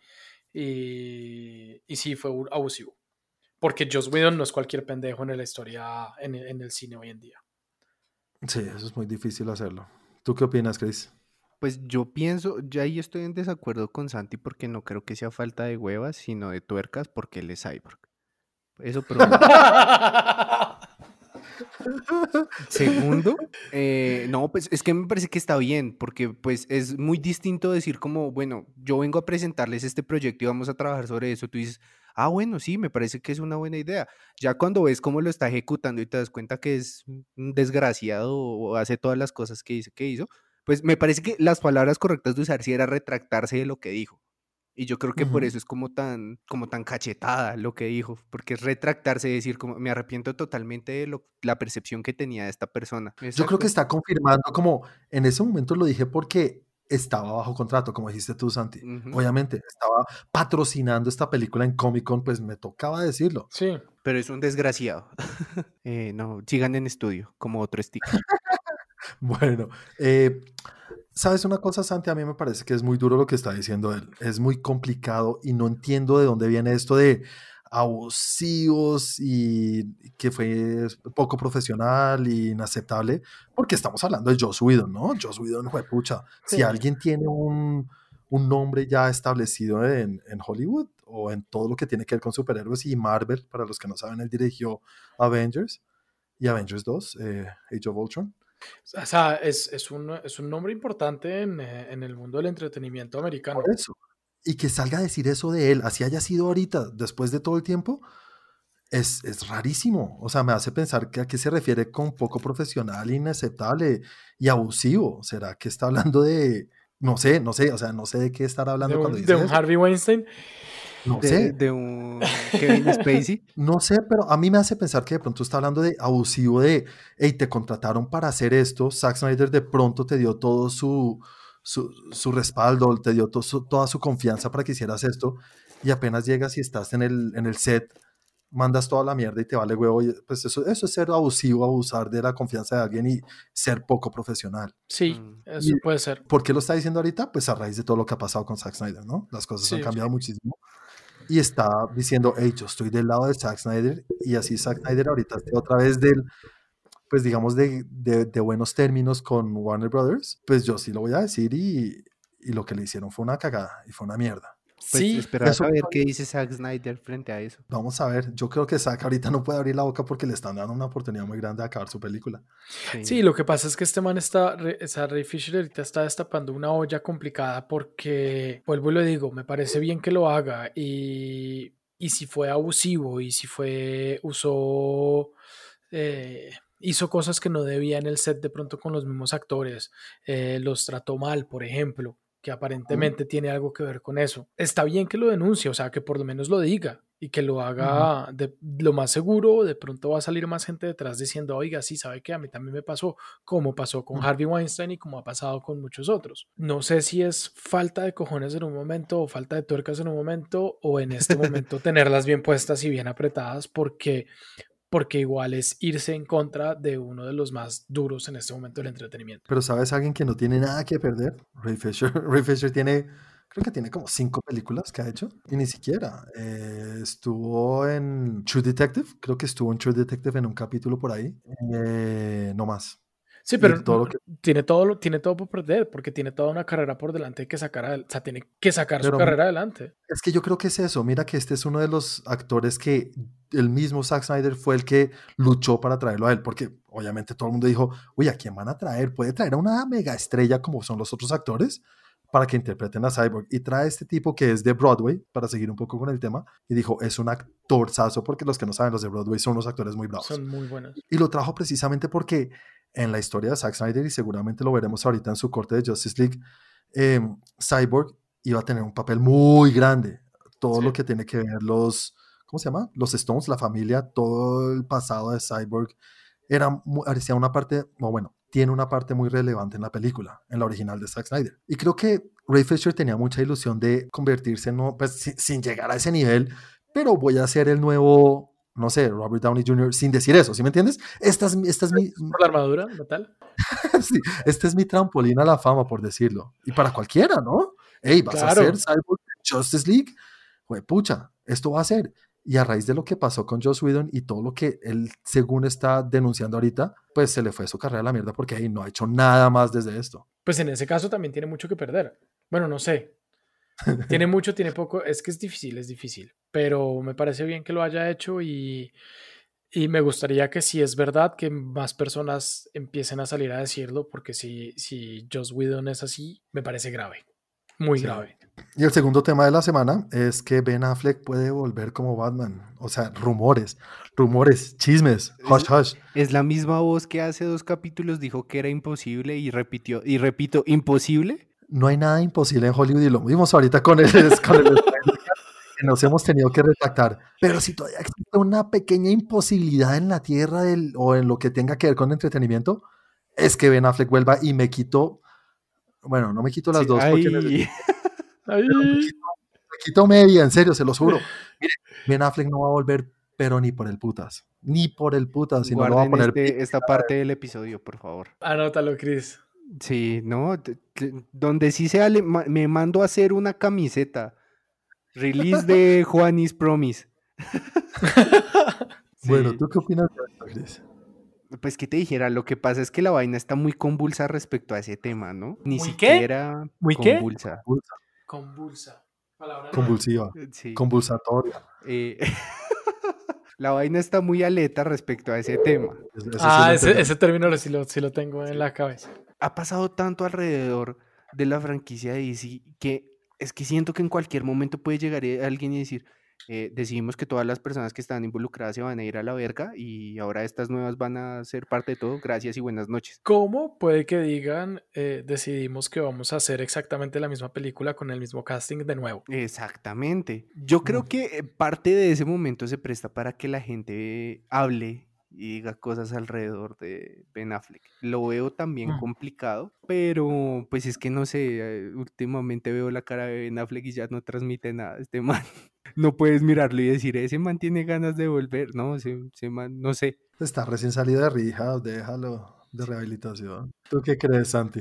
B: sí, fue abusivo. Porque Joss Whedon no es cualquier pendejo en la historia, en el cine hoy en día.
A: Sí, eso es muy difícil hacerlo. ¿Tú qué opinas, Chris?
C: Pues yo pienso, ya ahí estoy en desacuerdo con Santi porque no creo que sea falta de huevas, sino de tuercas porque él es cyborg. Eso por un lado. Segundo, no, pues es que me parece que está bien, porque pues es muy distinto decir como, bueno, yo vengo a presentarles este proyecto y vamos a trabajar sobre eso. Tú dices, ah, bueno, sí, me parece que es una buena idea. Ya cuando ves cómo lo está ejecutando y te das cuenta que es un desgraciado o hace todas las cosas que dice que hizo, pues me parece que las palabras correctas de usar sí era retractarse de lo que dijo. Y yo creo que por eso es como tan cachetada lo que dijo, porque es retractarse y decir como me arrepiento totalmente de la percepción que tenía de esta persona.
A: Yo creo que está confirmando como en ese momento lo dije porque estaba bajo contrato, como dijiste tú, Santi. Obviamente, estaba patrocinando esta película en Comic Con, pues me tocaba decirlo.
B: Sí.
C: Pero es un desgraciado. No, sigan en estudio, como otro sticker.
A: Bueno, ¿sabes una cosa, Santi? A mí me parece que es muy duro lo que está diciendo él. Es muy complicado y no entiendo de dónde viene esto de abusivos y que fue poco profesional e inaceptable, porque estamos hablando de Joss Whedon, ¿no? Joss Whedon, juepucha. Si alguien tiene un nombre ya establecido en Hollywood o en todo lo que tiene que ver con superhéroes y Marvel, para los que no saben, él dirigió Avengers y Avengers 2, Age of Ultron.
B: O sea, es un nombre importante en el mundo del entretenimiento americano.
A: Por eso. Y que salga a decir eso de él, así haya sido ahorita, después de todo el tiempo, es rarísimo. O sea, me hace pensar que a qué se refiere con poco profesional, inaceptable y abusivo. ¿Será que está hablando de, no sé, o sea, no sé de qué estar hablando cuando
B: De
A: dice
B: un
A: eso?
B: Harvey Weinstein.
A: No sé,
C: De un Kevin Spacey.
A: no sé, pero a mí me hace pensar que de pronto está hablando de abusivo de, hey, te contrataron para hacer esto, Zack Snyder de pronto te dio todo su respaldo, te dio toda su confianza para que hicieras esto, y apenas llegas y estás en el set, mandas toda la mierda y te vale huevo, y pues eso es ser abusivo, abusar de la confianza de alguien y ser poco profesional.
B: Sí,
C: Mm.
B: eso
A: ¿Y
B: puede ser.
A: por qué lo está diciendo ahorita? Pues a raíz de todo lo que ha pasado con Zack Snyder, ¿no? Las cosas han
B: Sí,
A: cambiado muchísimo y está diciendo, hey, yo estoy del lado de Zack Snyder, y así Zack Snyder ahorita esté otra vez pues digamos, de buenos términos con Warner Brothers, pues yo sí lo voy a decir, y lo que le hicieron fue una cagada y fue una mierda.
C: Pues
B: sí,
C: esperar
A: Eso
C: a ver qué dice Zack Snyder frente a eso.
A: vamos a ver, yo creo que Zack ahorita no puede abrir la boca porque le están dando una oportunidad muy grande de acabar su película.
C: Sí.
B: sí, lo que pasa es que este man Ray Fisher ahorita está destapando una olla complicada porque, vuelvo y lo digo, me parece bien que lo haga y si fue abusivo y si hizo cosas que no debía en el set de pronto con los mismos actores, los trató mal, por ejemplo, que aparentemente tiene algo que ver con eso. Está bien que lo denuncie, o sea, que por lo menos lo diga y que lo haga de lo más seguro. De pronto va a salir más gente detrás diciendo, oiga, sí, sabe que a mí también me pasó, como pasó con Harvey Weinstein y como ha pasado con muchos otros. No sé si es falta de cojones en un momento o falta de tuercas en un momento o en este momento tenerlas bien puestas y bien apretadas porque igual es irse en contra de uno de los más duros en este momento del entretenimiento.
A: Pero ¿sabes alguien que no tiene nada que perder? Ray Fisher. Ray Fisher tiene, creo que tiene como 5 películas que ha hecho, y ni siquiera. Estuvo en True Detective, creo que estuvo en True Detective en un capítulo por ahí, no más.
B: Sí,
A: Y
B: pero
A: todo lo que,
B: tiene todo por perder, porque tiene toda una carrera por delante que sacar, o sea, tiene que sacar su
A: pero
B: carrera adelante.
A: es que yo creo que es eso. Mira que este es uno de los actores que el mismo Zack Snyder fue el que luchó para traerlo a él, porque obviamente todo el mundo dijo, uy, ¿a quién van a traer? ¿Puede traer a una mega estrella como son los otros actores para que interpreten a Cyborg? Y trae este tipo que es de Broadway, para seguir un poco con el tema, y dijo, es un actorzazo, porque los que no saben, los de Broadway son unos actores muy bravos.
B: Son muy buenos.
A: Y lo trajo precisamente porque en la historia de Zack Snyder, y seguramente lo veremos ahorita en su corte de Justice League, Cyborg iba a tener un papel muy grande. Todo
B: Sí.
A: lo que tiene que ver ¿cómo se llama? Los Stones, la familia, todo el pasado de Cyborg, parecía una parte, o bueno, tiene una parte muy relevante en la película, en la original de Zack Snyder. Y creo que Ray Fisher tenía mucha ilusión de convertirse en, pues, sin llegar a ese nivel, pero voy a ser el nuevo, no sé, Robert Downey Jr., sin decir eso, ¿sí me entiendes? Esta es mi,
B: Por la armadura, ¿no tal?
A: sí, este es mi trampolín a la fama, por decirlo. Y para cualquiera, ¿no? Ey, vas a hacer
B: Claro.
A: Cyborg Justice League, pucha, esto va a ser. Y a raíz de lo que pasó con Joss Whedon y todo lo que él, según está denunciando ahorita, pues se le fue su carrera a la mierda porque ahí no ha hecho nada más desde esto.
B: Pues en ese caso también tiene mucho que perder. Bueno, no sé. Tiene mucho, tiene poco. Es que es difícil. Pero me parece bien que lo haya hecho y me gustaría que si es verdad que más personas empiecen a salir a decirlo, porque si Joss Whedon es así, me parece grave. Muy
A: Sí.
B: grave.
A: Y el segundo tema de la semana es que Ben Affleck puede volver como Batman. O sea, rumores, chismes, hush, hush.
C: Es la misma voz que hace 2 capítulos dijo que era imposible y repito, imposible.
A: No hay nada imposible en Hollywood y lo vimos ahorita con el que nos hemos tenido que retractar. Pero si todavía existe una pequeña imposibilidad en la tierra o en lo que tenga que ver con entretenimiento, es que Ben Affleck vuelva y me quito, bueno, no me quito las
C: Sí,
A: dos porque
C: ay.
A: pero me quito media, en serio, se los juro. Mire, Ben Affleck no va a volver, pero ni por el putas. Ni por el putas, sino lo va a
C: Guarden
A: poner.
C: esta parte del episodio, por favor.
B: Anótalo, Chris.
C: Sí, no, donde sí me mando a hacer una camiseta. Release de Juanis Promise.
A: Bueno,
C: Sí.
A: ¿tú qué opinas de esto, Chris?
C: Pues que te dijera, lo que pasa es que la vaina está muy convulsa respecto a ese tema, ¿no? Ni
B: ¿Muy qué?
C: siquiera
B: ¿Muy qué?
C: convulsa.
B: Convulsa. Palabra nueva.
A: Convulsiva,
C: Sí.
A: convulsatoria.
C: Eh, La vaina está muy aleta respecto a ese tema.
A: Eso sí lo
B: Ah,
A: entendemos.
B: ese término sí lo tengo en la cabeza.
C: Ha pasado tanto alrededor de la franquicia de DC que es que siento que en cualquier momento puede llegar alguien y decir, decidimos que todas las personas que están involucradas se van a ir a la verga y ahora estas nuevas van a ser parte de todo. Gracias y buenas noches.
B: ¿Cómo puede que digan, decidimos que vamos a hacer exactamente la misma película con el mismo casting de nuevo?
C: Exactamente. Yo creo que parte de ese momento se presta para que la gente hable y diga cosas alrededor de Ben Affleck. Lo veo también
B: Mm.
C: complicado, pero pues es que no sé, últimamente veo la cara de Ben Affleck y ya no transmite nada este man. No puedes mirarlo y decir, ese man tiene ganas de volver, no, ese man, no sé.
A: Está recién salido de rehab, déjalo de rehabilitación. ¿Tú qué crees, Santi?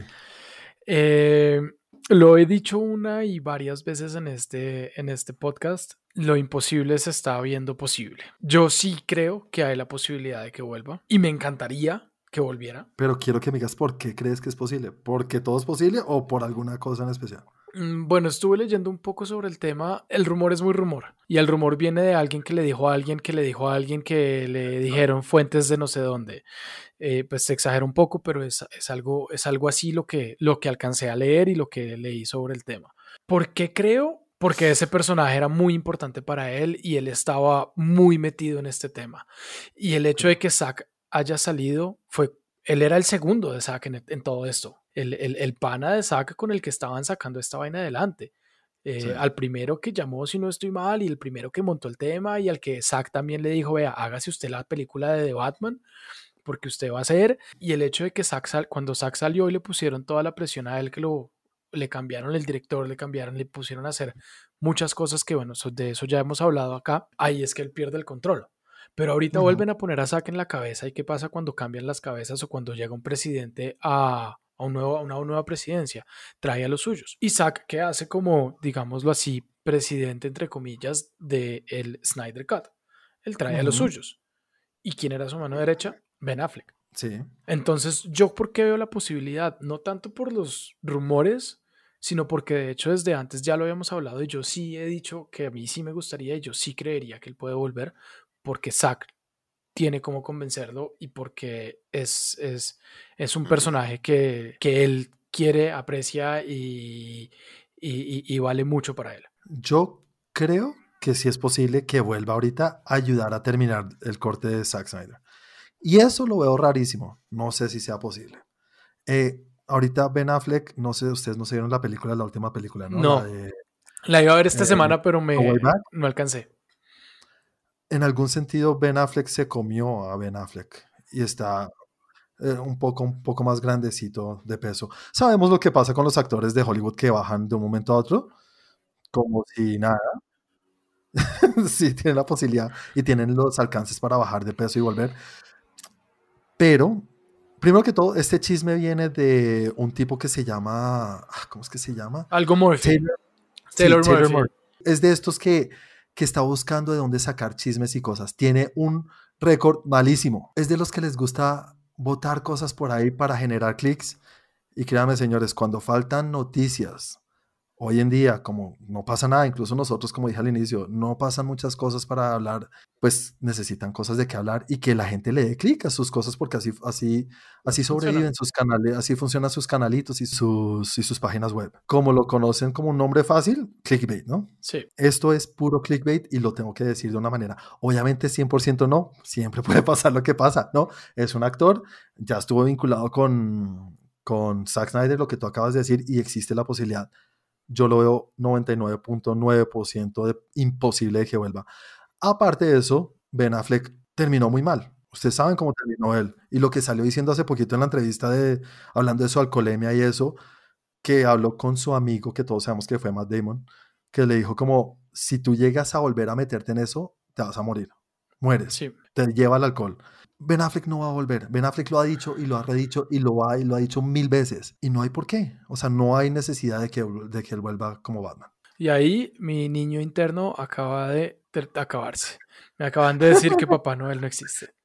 B: Lo he dicho una y varias veces en este podcast. Lo imposible se está viendo posible. Yo sí creo que hay la posibilidad de que vuelva y me encantaría que volviera.
A: Pero quiero que me digas por qué crees que es posible. ¿Porque todo es posible o por alguna cosa en especial?
B: Bueno, estuve leyendo un poco sobre el tema. El rumor es muy rumor. Y el rumor viene de alguien que le dijo a alguien que le dijo a alguien que le dijeron fuentes de no sé dónde. Pues se exagera un poco, pero es algo así lo que alcancé a leer y lo que leí sobre el tema. ¿Por qué creo? Porque ese personaje era muy importante para él y él estaba muy metido en este tema. Y el hecho de que Zack haya salido él era el segundo de Zack en todo esto. El pana de Zack con el que estaban sacando esta vaina adelante.
A: Sí.
B: Al primero que llamó, si no estoy mal, y el primero que montó el tema, y al que Zack también le dijo, vea, hágase usted la película de The Batman, porque usted va a ser. Y el hecho de que cuando Zack salió y le pusieron toda la presión a él, que le cambiaron el director, le pusieron a hacer muchas cosas que, bueno, de eso ya hemos hablado acá, ahí es que él pierde el control. Pero ahorita vuelven a poner a Zack en la cabeza. ¿Y qué pasa cuando cambian las cabezas o cuando llega un presidente a una nueva presidencia? Trae a los suyos. Y Zack, que hace como, digámoslo así, presidente, entre comillas, del Snyder Cut. Él trae a los suyos. ¿Y quién era su mano derecha? Ben Affleck.
A: Sí.
B: Entonces, ¿yo por qué veo la posibilidad? No tanto por los rumores, sino porque de hecho desde antes ya lo habíamos hablado y yo sí he dicho que a mí sí me gustaría y yo sí creería que él puede volver porque Zack tiene como convencerlo y porque es un personaje que él quiere, aprecia y vale mucho para él.
A: Yo creo que sí es posible que vuelva ahorita a ayudar a terminar el corte de Zack Snyder. Y eso lo veo rarísimo. No sé si sea posible. Ahorita Ben Affleck, no sé, ustedes no se vieron la última película, ¿no?
B: No, la iba a ver esta semana, pero no alcancé.
A: En algún sentido, Ben Affleck se comió a Ben Affleck y está un poco más grandecito de peso. Sabemos lo que pasa con los actores de Hollywood que bajan de un momento a otro, como si nada. Sí, tienen la posibilidad y tienen los alcances para bajar de peso y volver. Pero, primero que todo, este chisme viene de un tipo que se llama, ¿cómo es que se llama?
B: Algo Murphy.
A: Taylor Murphy. Es de estos que está buscando de dónde sacar chismes y cosas. Tiene un récord malísimo. Es de los que les gusta botar cosas por ahí para generar clics. Y créanme, señores, cuando faltan noticias, hoy en día, como no pasa nada, incluso nosotros, como dije al inicio, no pasan muchas cosas para hablar, pues necesitan cosas de qué hablar y que la gente le dé clic a sus cosas porque así sobreviven sus canales, así funcionan sus canalitos y sus páginas web. Como lo conocen como un nombre fácil, clickbait, ¿no?
B: Sí.
A: Esto es puro clickbait y lo tengo que decir de una manera. Obviamente 100% no, siempre puede pasar lo que pasa, ¿no? Es un actor, ya estuvo vinculado con Zack Snyder, lo que tú acabas de decir, y existe la posibilidad. Yo lo veo 99.9% de imposible de que vuelva. Aparte de eso, Ben Affleck terminó muy mal. Ustedes saben cómo terminó él. Y lo que salió diciendo hace poquito en la entrevista hablando de su alcoholemia y eso, que habló con su amigo, que todos sabemos que fue Matt Damon, que le dijo como, si tú llegas a volver a meterte en eso, te vas a morir. Mueres.
B: Sí.
A: Te lleva al alcohol. Ben Affleck no va a volver. Ben Affleck lo ha dicho y lo ha redicho y lo ha dicho 1000 veces. Y no hay por qué. O sea, no hay necesidad de que él vuelva como Batman.
B: Y ahí mi niño interno acaba de acabarse. Me acaban de decir que Papá Noel no existe.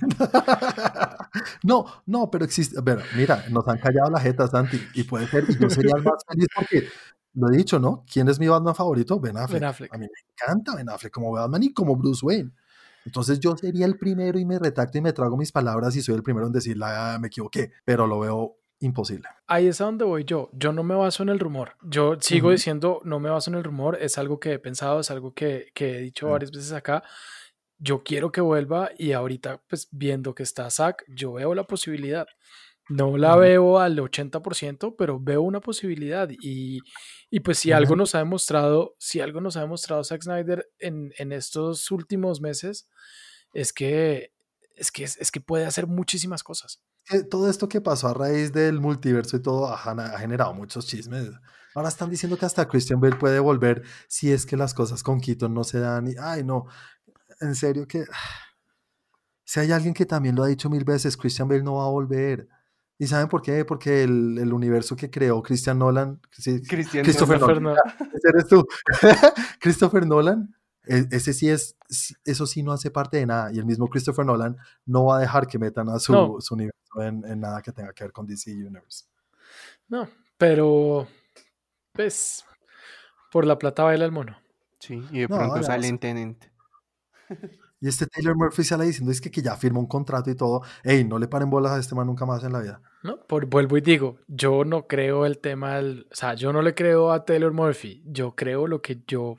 A: No, pero existe. Pero mira, nos han callado la jeta, Santi. Y puede ser, y yo sería el más feliz porque lo he dicho, ¿no? ¿Quién es mi Batman favorito? Ben Affleck.
B: Ben Affleck.
A: A mí me encanta Ben Affleck como Batman y como Bruce Wayne. Entonces yo sería el primero y me retracto y me trago mis palabras y soy el primero en decir, me equivoqué, pero lo veo imposible.
B: Ahí es a donde voy yo. Yo no me baso en el rumor. Yo sigo
A: Ujú.
B: diciendo, no me baso en el rumor. Es algo que he pensado, es algo que he dicho
A: Sí.
B: varias veces acá. Yo quiero que vuelva y ahorita, pues viendo que está Zack, yo veo la posibilidad. No la
A: Ujú.
B: veo al 80%, pero veo una posibilidad. Y pues si algo nos ha demostrado, Zack Snyder en estos últimos meses, es que, es que puede hacer muchísimas cosas.
A: Todo esto que pasó a raíz del multiverso y todo ha generado muchos chismes. Ahora están diciendo que hasta Christian Bale puede volver si es que las cosas con Keaton no se dan. Y, ay, no, en serio que si hay alguien que también lo ha dicho mil veces, Christian Bale no va a volver. ¿Y saben por qué? Porque el universo que creó Christian Nolan,
C: Cristian
A: Christopher
C: Nolan.
A: Nolan, ese eres tú. Christopher Nolan, ese sí eso sí no hace parte de nada. Y el mismo Christopher Nolan no va a dejar que metan a
B: No,
A: su universo en nada que tenga que ver con DC Universe.
B: no, pero pues por la plata baila el mono.
C: Sí, y de
A: No,
C: pronto
A: además,
C: sale en Tenet.
A: y este Taylor Murphy sale diciendo es que ya firmó un contrato y todo. Ey, no le paren bolas a este man nunca más en la vida.
B: ¿No? Vuelvo y digo, yo no creo el tema o sea, yo no le creo a Taylor Murphy, yo creo lo que yo,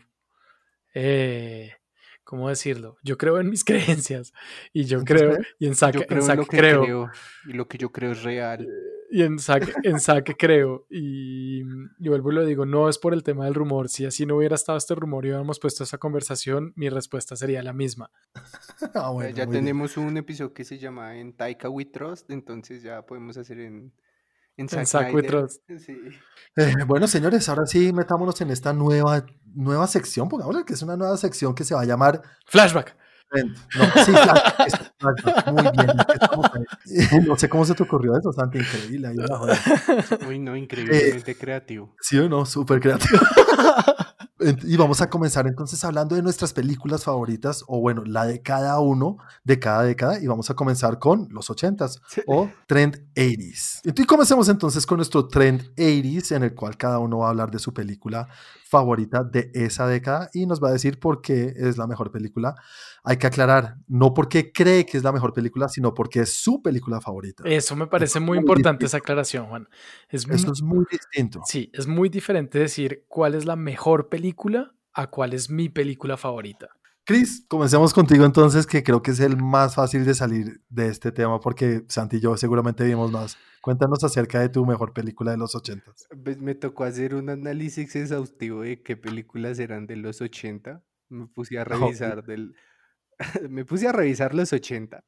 B: ¿cómo decirlo? Yo creo en mis creencias y yo
A: ¿Entonces
B: creo,
A: crees?
B: y en
C: Yo creo en
B: Zack
C: lo que
B: creo,
C: creo y lo que yo creo es real.
B: y en Zack creo, y vuelvo y lo digo, no es por el tema del rumor, si así no hubiera estado este rumor y hubiéramos puesto esa conversación, mi respuesta sería la misma.
A: Ah, bueno,
C: Ya
A: muy bien.
C: tenemos un episodio que se llama En Taika We Trust, entonces ya podemos hacer en
B: En
C: Zack
B: Zack We
C: Snyder.
B: Trust.
C: Sí.
A: Bueno, señores, ahora sí metámonos en esta nueva sección, pongámosle que es una nueva sección que se va a llamar
B: Flashback.
A: Trend. No, sí, flashback, eso, flashback. Muy bien, ya que estamos ahí. No sé cómo se te ocurrió eso, Santi, increíble, ahí la joder.
C: Uy, no, increíblemente creativo.
A: Sí o no, súper creativo. Y vamos a comenzar entonces hablando de nuestras películas favoritas, o bueno, la de cada uno de cada década, y vamos a comenzar con los 80s o Trend 80s. Y comencemos entonces con nuestro Trend 80s, en el cual cada uno va a hablar de su película favorita de esa década y nos va a decir por qué es la mejor película. Hay que aclarar, no porque cree que es la mejor película, sino porque es su película favorita.
B: Eso me
A: Eso
B: parece
A: es
B: muy
A: muy
B: importante,
A: distinto.
B: esa aclaración, Juan.
A: Eso es muy distinto.
B: Sí, es muy diferente decir cuál es la mejor película a cuál es mi película favorita.
A: Chris, comencemos contigo entonces, que creo que es el más fácil de salir de este tema porque Santi y yo seguramente vimos más. Cuéntanos acerca de tu mejor película de los 80s.
C: Pues me tocó hacer un análisis exhaustivo de qué películas eran de los 80. Me puse a revisar me puse a revisar los 80.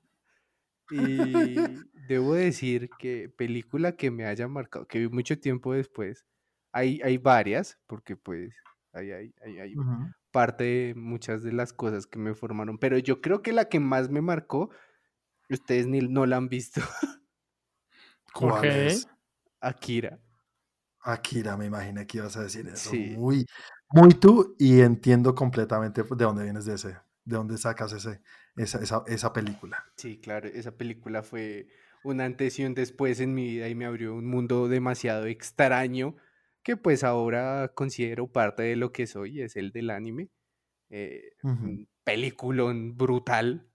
C: Y debo decir que película que me haya marcado, que vi mucho tiempo después, hay varias, porque pues hay
A: Ujú.
C: parte de muchas de las cosas que me formaron, pero yo creo que la que más me marcó, ustedes no la han visto,
B: Ok.
A: ¿Cuál es?
C: Akira.
A: Akira, me imaginé que ibas a decir eso.
C: Sí,
A: Muy, muy tú, y entiendo completamente de dónde vienes de dónde sacas esa película.
C: sí, claro, esa película fue un antes y un después en mi vida y me abrió un mundo demasiado extraño que pues ahora considero parte de lo que soy, es el del anime.
A: Ujú.
C: Un peliculón brutal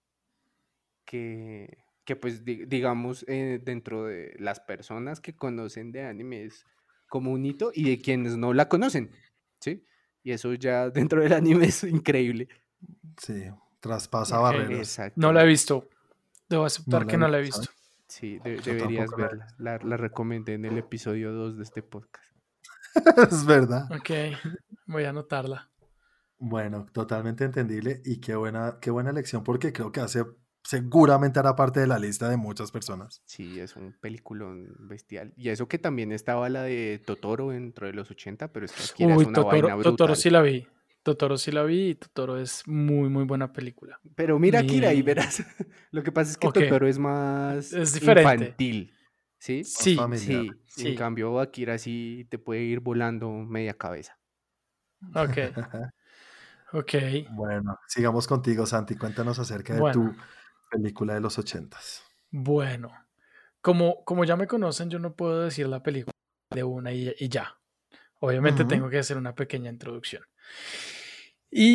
C: que pues digamos dentro de las personas que conocen de anime es como un hito y de quienes no la conocen, ¿sí? Y eso ya dentro del anime es increíble.
A: Sí, traspasa
B: Ok.
A: barreras.
B: No la he
C: Exactamente.
B: visto. Debo
A: No
B: aceptar
A: la
B: que
A: he
B: no la he
A: visto, ¿sabes?
B: visto.
C: Sí,
A: Yo
C: deberías
A: tampoco la he
C: verla. La recomendé en el episodio 2 de este podcast.
A: visto. Es verdad.
B: Ok, voy a anotarla.
A: Bueno, totalmente entendible y qué buena elección porque creo que seguramente hará parte de la lista de muchas personas.
C: Sí, es un peliculón bestial. Y eso que también estaba la de Totoro dentro de los 80, pero es que Akira es
B: Uy,
C: una vaina
B: Totoro
C: brutal.
B: sí la vi. Totoro sí la vi y Totoro es muy, muy buena película.
C: Pero mira Akira y
B: Mi...
C: verás. Lo que pasa es que
B: Ok,
C: Totoro es más
B: es diferente.
C: infantil, ¿sí?
A: Más
B: Sí,
A: familiar.
C: Sí, en
B: sí.
C: cambio Akira sí te puede ir volando media cabeza.
B: Ok, ok.
A: Bueno, sigamos contigo, Santi. Cuéntanos acerca de
B: Bueno,
A: tu película de los 80s.
B: bueno. Como ya me conocen, yo no puedo decir la película de una y ya. Obviamente
A: Ujú.
B: tengo que hacer una pequeña introducción. Y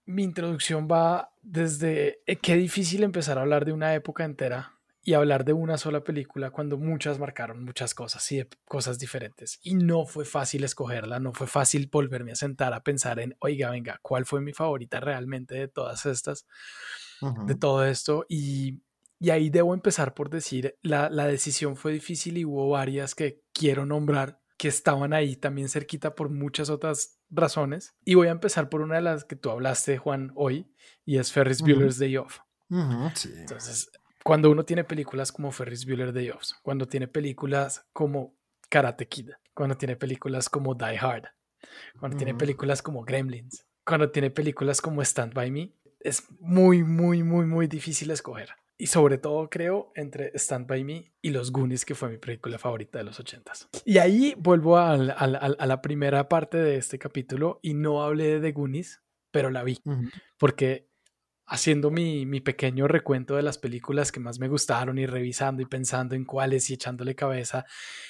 B: mi introducción va desde qué difícil empezar a hablar de una época entera y hablar de una sola película cuando muchas marcaron muchas cosas y de cosas diferentes. Y no fue fácil escogerla, no fue fácil volverme a sentar a pensar en, oiga, venga, ¿cuál fue mi favorita realmente de todas estas, de todo esto? Y ahí debo empezar por decir, la decisión fue difícil y hubo varias que quiero nombrar que estaban ahí también cerquita por muchas otras razones. Y voy a empezar por una de las que tú hablaste, Juan, hoy, y es Ferris Bueller's Day Off.
A: Sí.
B: Entonces, cuando uno tiene películas como Ferris Bueller Day Off, cuando tiene películas como Karate Kid, cuando tiene películas como Die Hard, cuando tiene películas como Gremlins, cuando tiene películas como Stand By Me, es muy, muy, muy, muy difícil escoger. Y sobre todo creo entre Stand By Me y Los Goonies, que fue mi película favorita de los 80s. Y ahí vuelvo a la primera parte de este capítulo y no hablé de The Goonies, pero la vi. Porque haciendo mi pequeño recuento de las películas que más me gustaron y revisando y pensando en cuáles y echándole cabeza,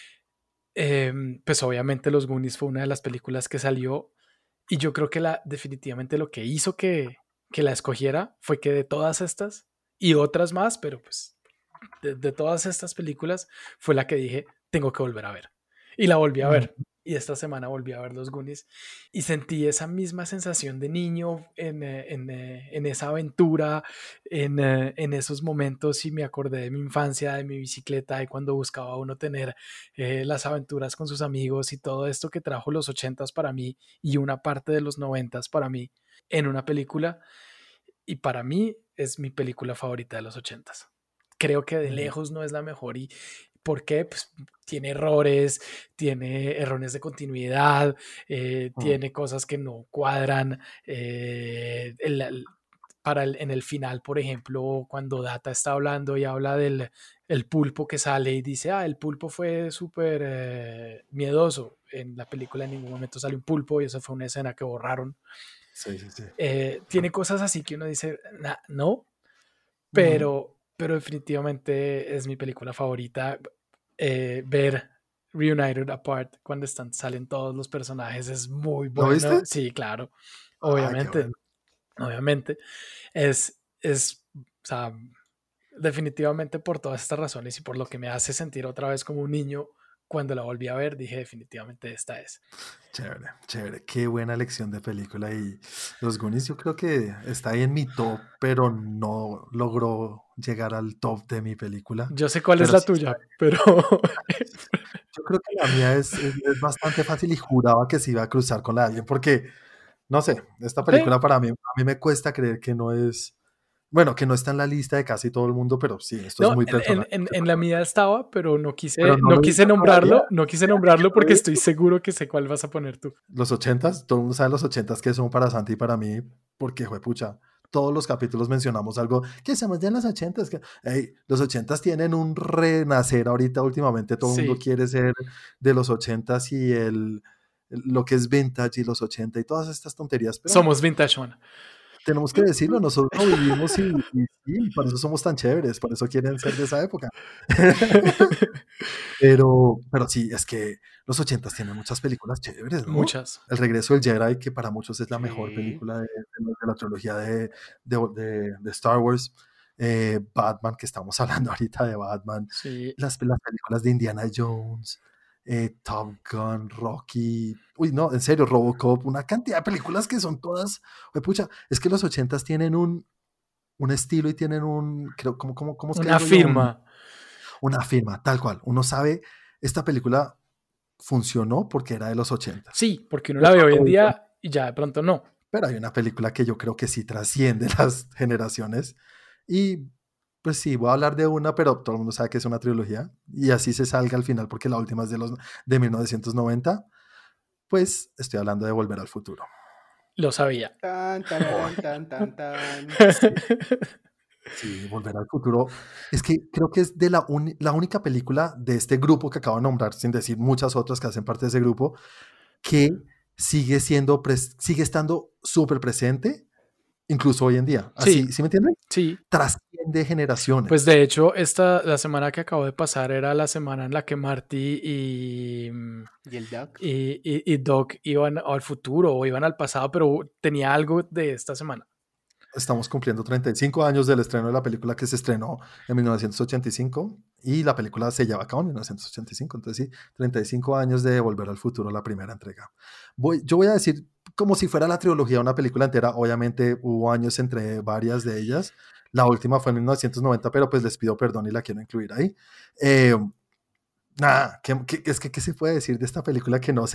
B: pues obviamente Los Goonies fue una de las películas que salió y yo creo que definitivamente lo que hizo que la escogiera fue que de todas estas y otras más, pero pues de todas estas películas fue la que dije, tengo que volver a ver. Y la volví a ver. Y esta semana volví a ver Los Goonies y sentí esa misma sensación de niño en esa aventura, en esos momentos, y me acordé de mi infancia, de mi bicicleta, de cuando buscaba uno tener las aventuras con sus amigos y todo esto que trajo los 80s para mí y una parte de los 90s para mí en una película. Y para mí es mi película favorita de los 80s. Creo que de lejos no es la mejor. ¿Y por qué? Pues tiene errores de continuidad, tiene cosas que no cuadran. En el final, por ejemplo, cuando Data está hablando y habla del el pulpo que sale y dice, el pulpo fue súper miedoso. En la película en ningún momento sale un pulpo y esa fue una escena que borraron.
A: Sí.
B: Tiene cosas así que uno dice, no, pero definitivamente es mi película favorita. Ver Reunited Apart cuando salen todos los personajes es muy bueno.
A: ¿Lo viste?
B: Sí, claro,
A: Qué bueno.
B: obviamente o sea, definitivamente por todas estas razones y por lo que me hace sentir otra vez como un niño. Cuando la volví a ver dije definitivamente esta es.
A: Chévere, qué buena elección de película. Y Los Goonies yo creo que está ahí en mi top, pero no logró llegar al top de mi película.
B: Yo sé cuál es la tuya, pero
A: yo creo que la mía es bastante fácil y juraba que se iba a cruzar con la de alguien porque, no sé, esta película a mí me cuesta creer que no es, bueno, que no está en la lista de casi todo el mundo, pero sí, esto es muy personal.
B: En la mía estaba, pero no quise nombrarlo, porque estoy seguro que sé cuál vas a poner tú.
A: Los 80s, todo el mundo sabe los 80s que son para Santi y para mí, porque juepucha, todos los capítulos mencionamos algo que somos de los 80s. Los 80s tienen un renacer ahorita últimamente, todo el mundo quiere ser de los 80s y lo que es vintage y los 80 y todas estas tonterías. Pero
B: somos vintage, Juan.
A: Tenemos que decirlo, nosotros lo vivimos y por eso somos tan chéveres, por eso quieren ser de esa época. pero sí, es que los 80s tienen muchas películas chéveres, ¿no?
B: Muchas.
A: El regreso del Jedi, que para muchos es la mejor película de la trilogía de Star Wars. Batman, que estamos hablando ahorita de Batman.
B: Sí.
A: Las películas de Indiana Jones. Top Gun, Rocky, no, en serio, Robocop, una cantidad de películas que son todas, pucha, es que los 80s tienen un estilo y tienen creo, ¿cómo es que
B: una firma.
A: Una firma, tal cual, uno sabe, esta película funcionó porque era de los 80s.
B: Sí, porque uno la ve hoy en día y ya de pronto no.
A: Pero hay una película que yo creo que sí trasciende las generaciones y pues sí, voy a hablar de una, pero todo el mundo sabe que es una trilogía y así se salga al final porque la última es de 1990. Pues estoy hablando de Volver al Futuro.
B: Lo sabía.
A: Sí, Volver al Futuro. Es que creo que es de la única película de este grupo que acabo de nombrar, sin decir muchas otras que hacen parte de ese grupo, que sigue estando súper presente incluso hoy en día. Así, ¿sí me entienden?
B: Sí.
A: Trasciende generaciones.
B: Pues de hecho, la semana que acabo de pasar era la semana en la que Marty
C: ¿Y el Doc?
B: y Doc iban al futuro o iban al pasado, pero tenía algo de esta semana.
A: Estamos cumpliendo 35 años del estreno de la película, que se estrenó en 1985 y la película se lleva a cabo en 1985. Entonces sí, 35 años de Volver al Futuro, la primera entrega. Yo voy a decir como si fuera la trilogía de una película entera. Obviamente hubo años entre varias de ellas. La última fue en 1990, pero pues les pido perdón y la quiero incluir ahí. Nada, ¿qué se puede decir de esta película que no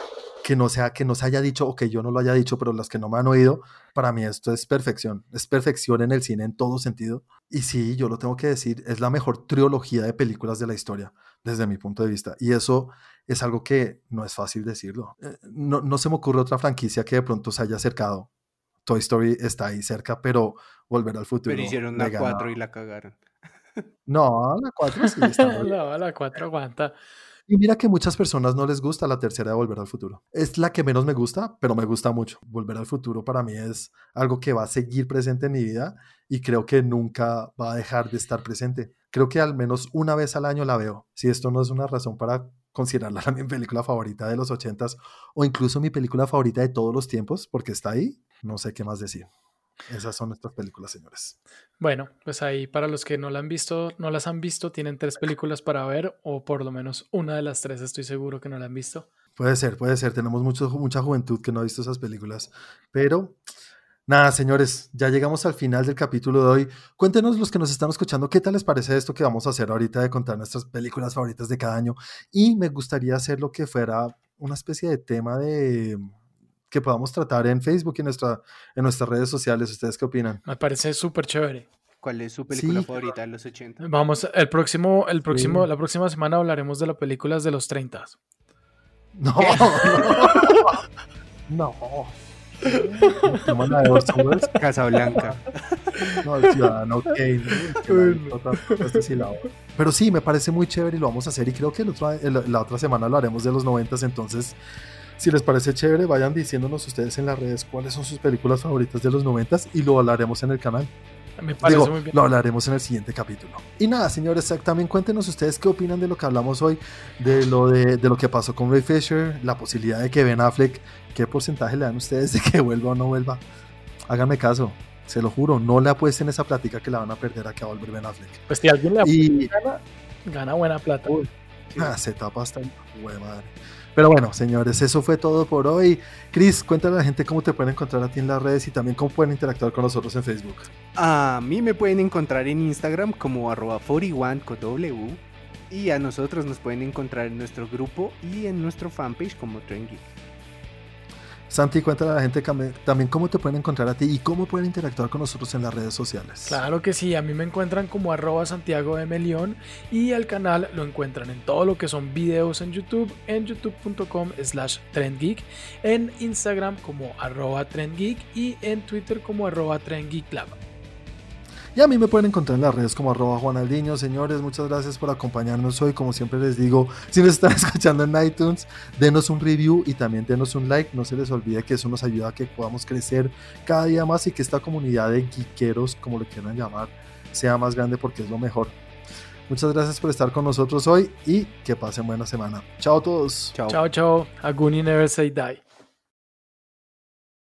A: se haya dicho, o que yo no lo haya dicho, pero los que no me han oído, para mí esto es perfección en el cine en todo sentido. Y sí, yo lo tengo que decir, es la mejor trilogía de películas de la historia, desde mi punto de vista. Y eso es algo que no es fácil decirlo. No se me ocurre otra franquicia que de pronto se haya acercado. Toy Story está ahí cerca, pero Volver al Futuro.
C: Pero hicieron la 4 y la cagaron.
A: No, la 4 sí está muy bien.
B: No, la 4 aguanta.
A: Y mira que a muchas personas no les gusta la tercera de Volver al Futuro. Es la que menos me gusta, pero me gusta mucho. Volver al Futuro para mí es algo que va a seguir presente en mi vida y creo que nunca va a dejar de estar presente. Creo que al menos una vez al año la veo. Si esto no es una razón para considerarla mi película favorita de los 80s o incluso mi película favorita de todos los tiempos, porque está ahí, no sé qué más decir. Esas son nuestras películas, señores.
B: Bueno, pues ahí para los que no las han visto, tienen 3 películas para ver, o por lo menos una de las 3 estoy seguro que no la han visto.
A: Puede ser. Tenemos mucha juventud que no ha visto esas películas. Pero nada, señores, ya llegamos al final del capítulo de hoy. Cuéntenos, los que nos están escuchando, ¿qué tal les parece esto que vamos a hacer ahorita de contar nuestras películas favoritas de cada año? Y me gustaría hacer lo que fuera una especie de tema que podamos tratar en Facebook y en nuestras redes sociales. ¿Ustedes qué opinan?
B: Me parece súper chévere.
C: ¿Cuál es su película favorita de los 80?
B: Vamos, la próxima semana hablaremos de las películas de los 30.
A: No. La de Orson Welles.
C: Casablanca.
A: No, el Ciudadano Kane. Pero sí, me parece muy chévere y lo vamos a hacer. Y creo que la otra semana lo haremos de los 90s. Entonces, si les parece chévere, vayan diciéndonos ustedes en las redes cuáles son sus películas favoritas de los 90s y lo hablaremos en el canal.
B: Me parece muy bien.
A: Lo hablaremos en el siguiente capítulo. Y nada, señores, también cuéntenos ustedes qué opinan de lo que hablamos hoy, de lo que pasó con Ray Fisher, la posibilidad de que Ben Affleck, qué porcentaje le dan ustedes de que vuelva o no vuelva. Háganme caso, se lo juro, no le apuesten esa plática que la van a perder a que va a volver Ben Affleck.
B: Pues si alguien le apuesta, gana buena plata.
A: Se tapa hasta el madre. Pero bueno, señores, eso fue todo por hoy. Chris, cuéntale a la gente cómo te pueden encontrar a ti en las redes y también cómo pueden interactuar con nosotros en Facebook.
C: A mí me pueden encontrar en Instagram como @41 con W y a nosotros nos pueden encontrar en nuestro grupo y en nuestro fanpage como Trend Geek.
A: Santi, cuéntale a la gente también cómo te pueden encontrar a ti y cómo pueden interactuar con nosotros en las redes sociales.
B: Claro que sí, a mí me encuentran como @Santiago de Melión y al canal lo encuentran en todo lo que son videos en YouTube, en youtube.com/trendgeek, en Instagram como @trendgeek y en Twitter como @trendgeeklab.
A: Y a mí me pueden encontrar en las redes como @JuanAldiño. Señores, muchas gracias por acompañarnos hoy. Como siempre les digo, si nos están escuchando en iTunes, denos un review y también denos un like. No se les olvide que eso nos ayuda a que podamos crecer cada día más y que esta comunidad de geekeros, como lo quieran llamar, sea más grande, porque es lo mejor. Muchas gracias por estar con nosotros hoy y que pasen buena semana. Chao a todos.
B: Chao. Aguni never say die.